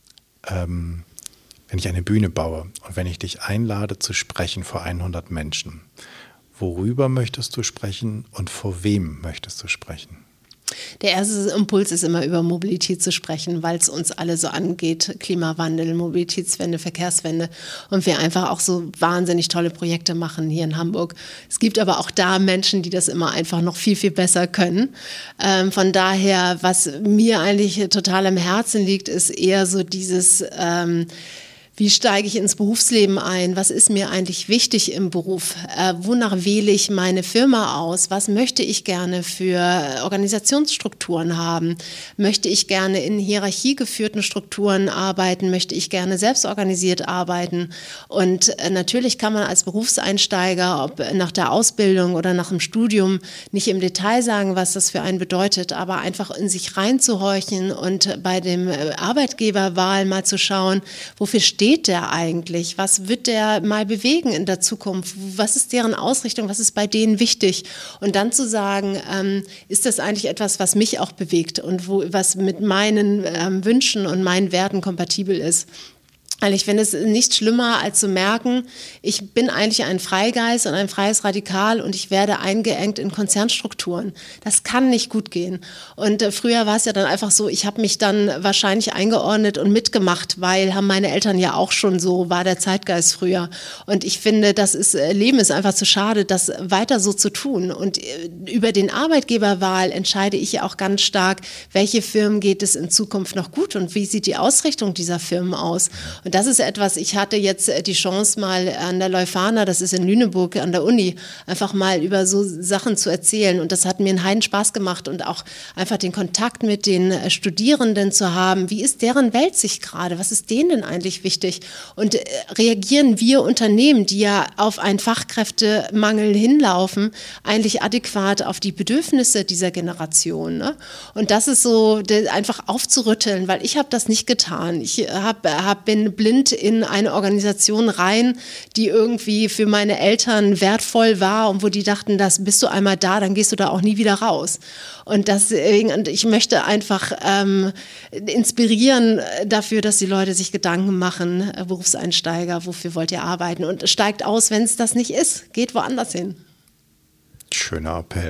ähm, wenn ich eine Bühne baue und wenn ich dich einlade zu sprechen vor hundert Menschen, worüber möchtest du sprechen und vor wem möchtest du sprechen? Der erste Impuls ist immer über Mobilität zu sprechen, weil es uns alle so angeht, Klimawandel, Mobilitätswende, Verkehrswende und wir einfach auch so wahnsinnig tolle Projekte machen hier in Hamburg. Es gibt aber auch da Menschen, die das immer einfach noch viel, viel besser können. Ähm, von daher, was mir eigentlich total am Herzen liegt, ist eher so dieses... Ähm, Wie steige ich ins Berufsleben ein? Was ist mir eigentlich wichtig im Beruf? Äh, wonach wähle ich meine Firma aus? Was möchte ich gerne für Organisationsstrukturen haben? Möchte ich gerne in hierarchiegeführten Strukturen arbeiten? Möchte ich gerne selbstorganisiert arbeiten? Und äh, natürlich kann man als Berufseinsteiger, ob nach der Ausbildung oder nach dem Studium, nicht im Detail sagen, was das für einen bedeutet, aber einfach in sich reinzuhorchen und bei dem Arbeitgeberwahl mal zu schauen, wofür steht der eigentlich? Was wird der mal bewegen in der Zukunft? Was ist deren Ausrichtung? Was ist bei denen wichtig? Und dann zu sagen, ähm, ist das eigentlich etwas, was mich auch bewegt und wo, was mit meinen ähm, Wünschen und meinen Werten kompatibel ist? Weil ich finde es nichts schlimmer, als zu merken, ich bin eigentlich ein Freigeist und ein freies Radikal und ich werde eingeengt in Konzernstrukturen. Das kann nicht gut gehen. Und äh, früher war es ja dann einfach so, ich habe mich dann wahrscheinlich eingeordnet und mitgemacht, weil haben meine Eltern ja auch schon so, war der Zeitgeist früher. Und ich finde, das ist, Leben ist einfach zu schade, das weiter so zu tun. Und äh, über den Arbeitgeberwahl entscheide ich ja auch ganz stark, welche Firmen geht es in Zukunft noch gut und wie sieht die Ausrichtung dieser Firmen aus. Und das ist etwas, ich hatte jetzt die Chance mal an der Leuphana, das ist in Lüneburg an der Uni, einfach mal über so Sachen zu erzählen und das hat mir einen Heiden Spaß gemacht und auch einfach den Kontakt mit den Studierenden zu haben. Wie ist deren Weltsicht gerade? Was ist denen denn eigentlich wichtig? Und reagieren wir Unternehmen, die ja auf einen Fachkräftemangel hinlaufen, eigentlich adäquat auf die Bedürfnisse dieser Generation? Ne? Und das ist so einfach aufzurütteln, weil ich habe das nicht getan. Ich hab, hab, bin blind in eine Organisation rein, die irgendwie für meine Eltern wertvoll war und wo die dachten, das bist du einmal da, dann gehst du da auch nie wieder raus. Und deswegen, und ich möchte einfach ähm, inspirieren dafür, dass die Leute sich Gedanken machen, äh, Berufseinsteiger, wofür wollt ihr arbeiten? Und steigt aus, wenn es das nicht ist, geht woanders hin. Schöner Appell.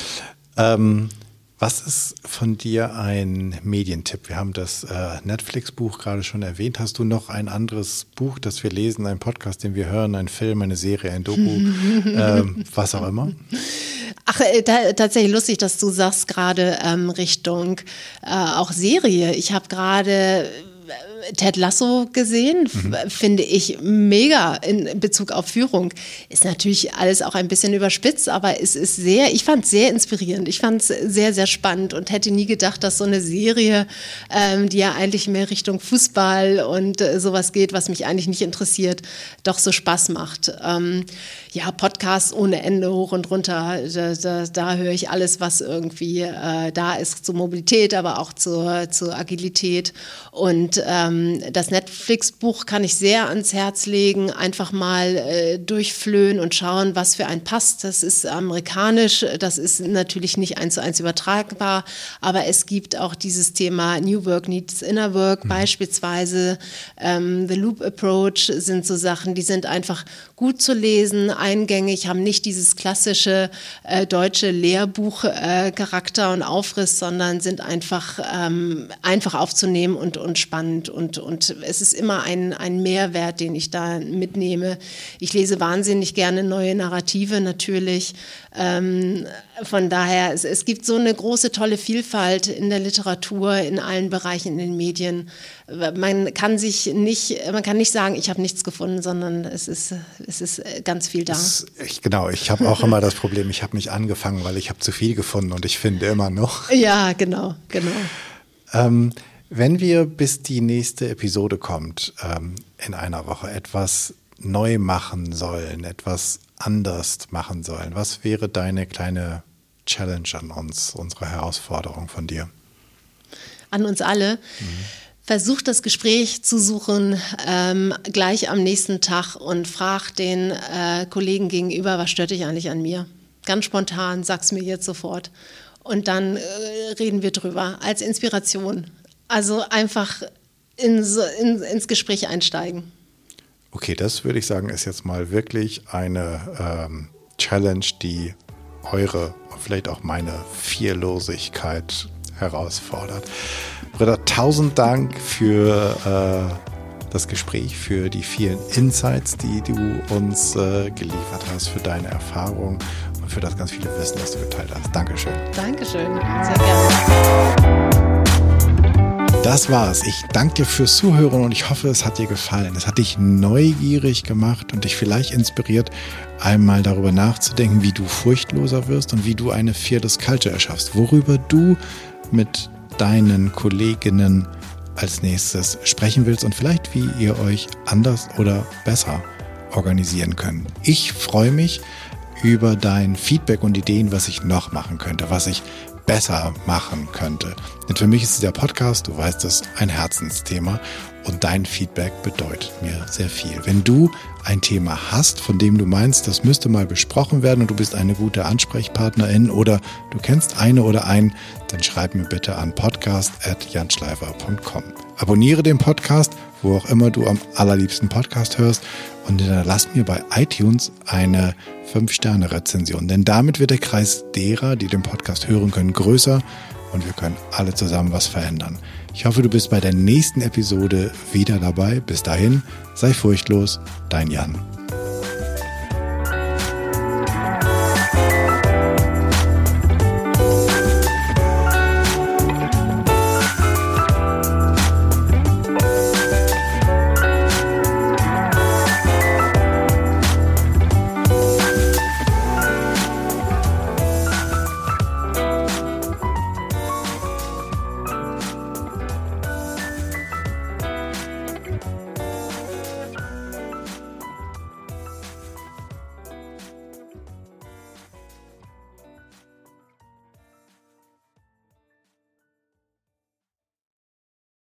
Ähm, Was ist von dir ein Medientipp? Wir haben das äh, Netflix-Buch gerade schon erwähnt. Hast du noch ein anderes Buch, das wir lesen, einen Podcast, den wir hören, einen Film, eine Serie, ein Doku, ähm, was auch immer? Ach, äh, da, tatsächlich lustig, dass du sagst gerade ähm, Richtung äh, auch Serie. Ich habe gerade Ted Lasso gesehen, mhm. finde ich mega in Bezug auf Führung. Ist natürlich alles auch ein bisschen überspitzt, aber es ist sehr, ich fand es sehr inspirierend. Ich fand es sehr, sehr spannend und hätte nie gedacht, dass so eine Serie, ähm, die ja eigentlich mehr Richtung Fußball und äh, sowas geht, was mich eigentlich nicht interessiert, doch so Spaß macht. Ähm, ja, Podcasts ohne Ende, hoch und runter, da, da, da höre ich alles, was irgendwie äh, da ist zur Mobilität, aber auch zur, zur Agilität und Und ähm, das Netflix-Buch kann ich sehr ans Herz legen, einfach mal äh, durchflöhen und schauen, was für ein passt. Das ist amerikanisch, das ist natürlich nicht eins zu eins übertragbar, aber es gibt auch dieses Thema New Work Needs Inner Work, mhm. beispielsweise ähm, The Loop Approach sind so Sachen, die sind einfach gut zu lesen, eingängig, haben nicht dieses klassische äh, deutsche Lehrbuch-Charakter äh, und Aufriss, sondern sind einfach, ähm, einfach aufzunehmen und, und spannend. Und, und es ist immer ein, ein Mehrwert, den ich da mitnehme. Ich lese wahnsinnig gerne neue Narrative natürlich. Ähm, von daher, es, es gibt so eine große, tolle Vielfalt in der Literatur, in allen Bereichen, in den Medien. Man kann sich nicht, man kann nicht sagen, ich habe nichts gefunden, sondern es ist, es ist ganz viel da. Das, ich, genau, ich habe auch immer das Problem, ich habe nicht angefangen, weil ich habe zu viel gefunden und ich finde immer noch. Ja, genau, genau. Ähm, wenn wir, bis die nächste Episode kommt, ähm, in einer Woche etwas neu machen sollen, etwas anders machen sollen, was wäre deine kleine Challenge an uns, unsere Herausforderung von dir? An uns alle? Mhm. Versuch das Gespräch zu suchen, ähm, gleich am nächsten Tag und frag den äh, Kollegen gegenüber, was stört dich eigentlich an mir? Ganz spontan, sag's mir jetzt sofort. Und dann äh, reden wir drüber, als Inspiration. Also einfach in, in, ins Gespräch einsteigen. Okay, das würde ich sagen, ist jetzt mal wirklich eine ähm, Challenge, die eure, vielleicht auch meine Fearlosigkeit herausfordert. Britta, tausend Dank für äh, das Gespräch, für die vielen Insights, die du uns äh, geliefert hast, für deine Erfahrung und für das ganz viele Wissen, das du geteilt hast. Dankeschön. Dankeschön, sehr gerne. Das war's. Ich danke dir fürs Zuhören und ich hoffe, es hat dir gefallen. Es hat dich neugierig gemacht und dich vielleicht inspiriert, einmal darüber nachzudenken, wie du furchtloser wirst und wie du eine Fearless Culture erschaffst, worüber du mit deinen Kolleginnen als nächstes sprechen willst und vielleicht, wie ihr euch anders oder besser organisieren könnt. Ich freue mich über dein Feedback und Ideen, was ich noch machen könnte, was ich besser machen könnte. Denn für mich ist dieser Podcast, du weißt es, ein Herzensthema und dein Feedback bedeutet mir sehr viel. Wenn du ein Thema hast, von dem du meinst, das müsste mal besprochen werden und du bist eine gute Ansprechpartnerin oder du kennst eine oder einen, dann schreib mir bitte an podcast at janschleifer punkt com. Abonniere den Podcast, wo auch immer du am allerliebsten Podcast hörst und hinterlass mir bei iTunes eine fünf Sterne Rezension, denn damit wird der Kreis derer, die den Podcast hören können, größer und wir können alle zusammen was verändern. Ich hoffe, du bist bei der nächsten Episode wieder dabei. Bis dahin, sei furchtlos, dein Jan.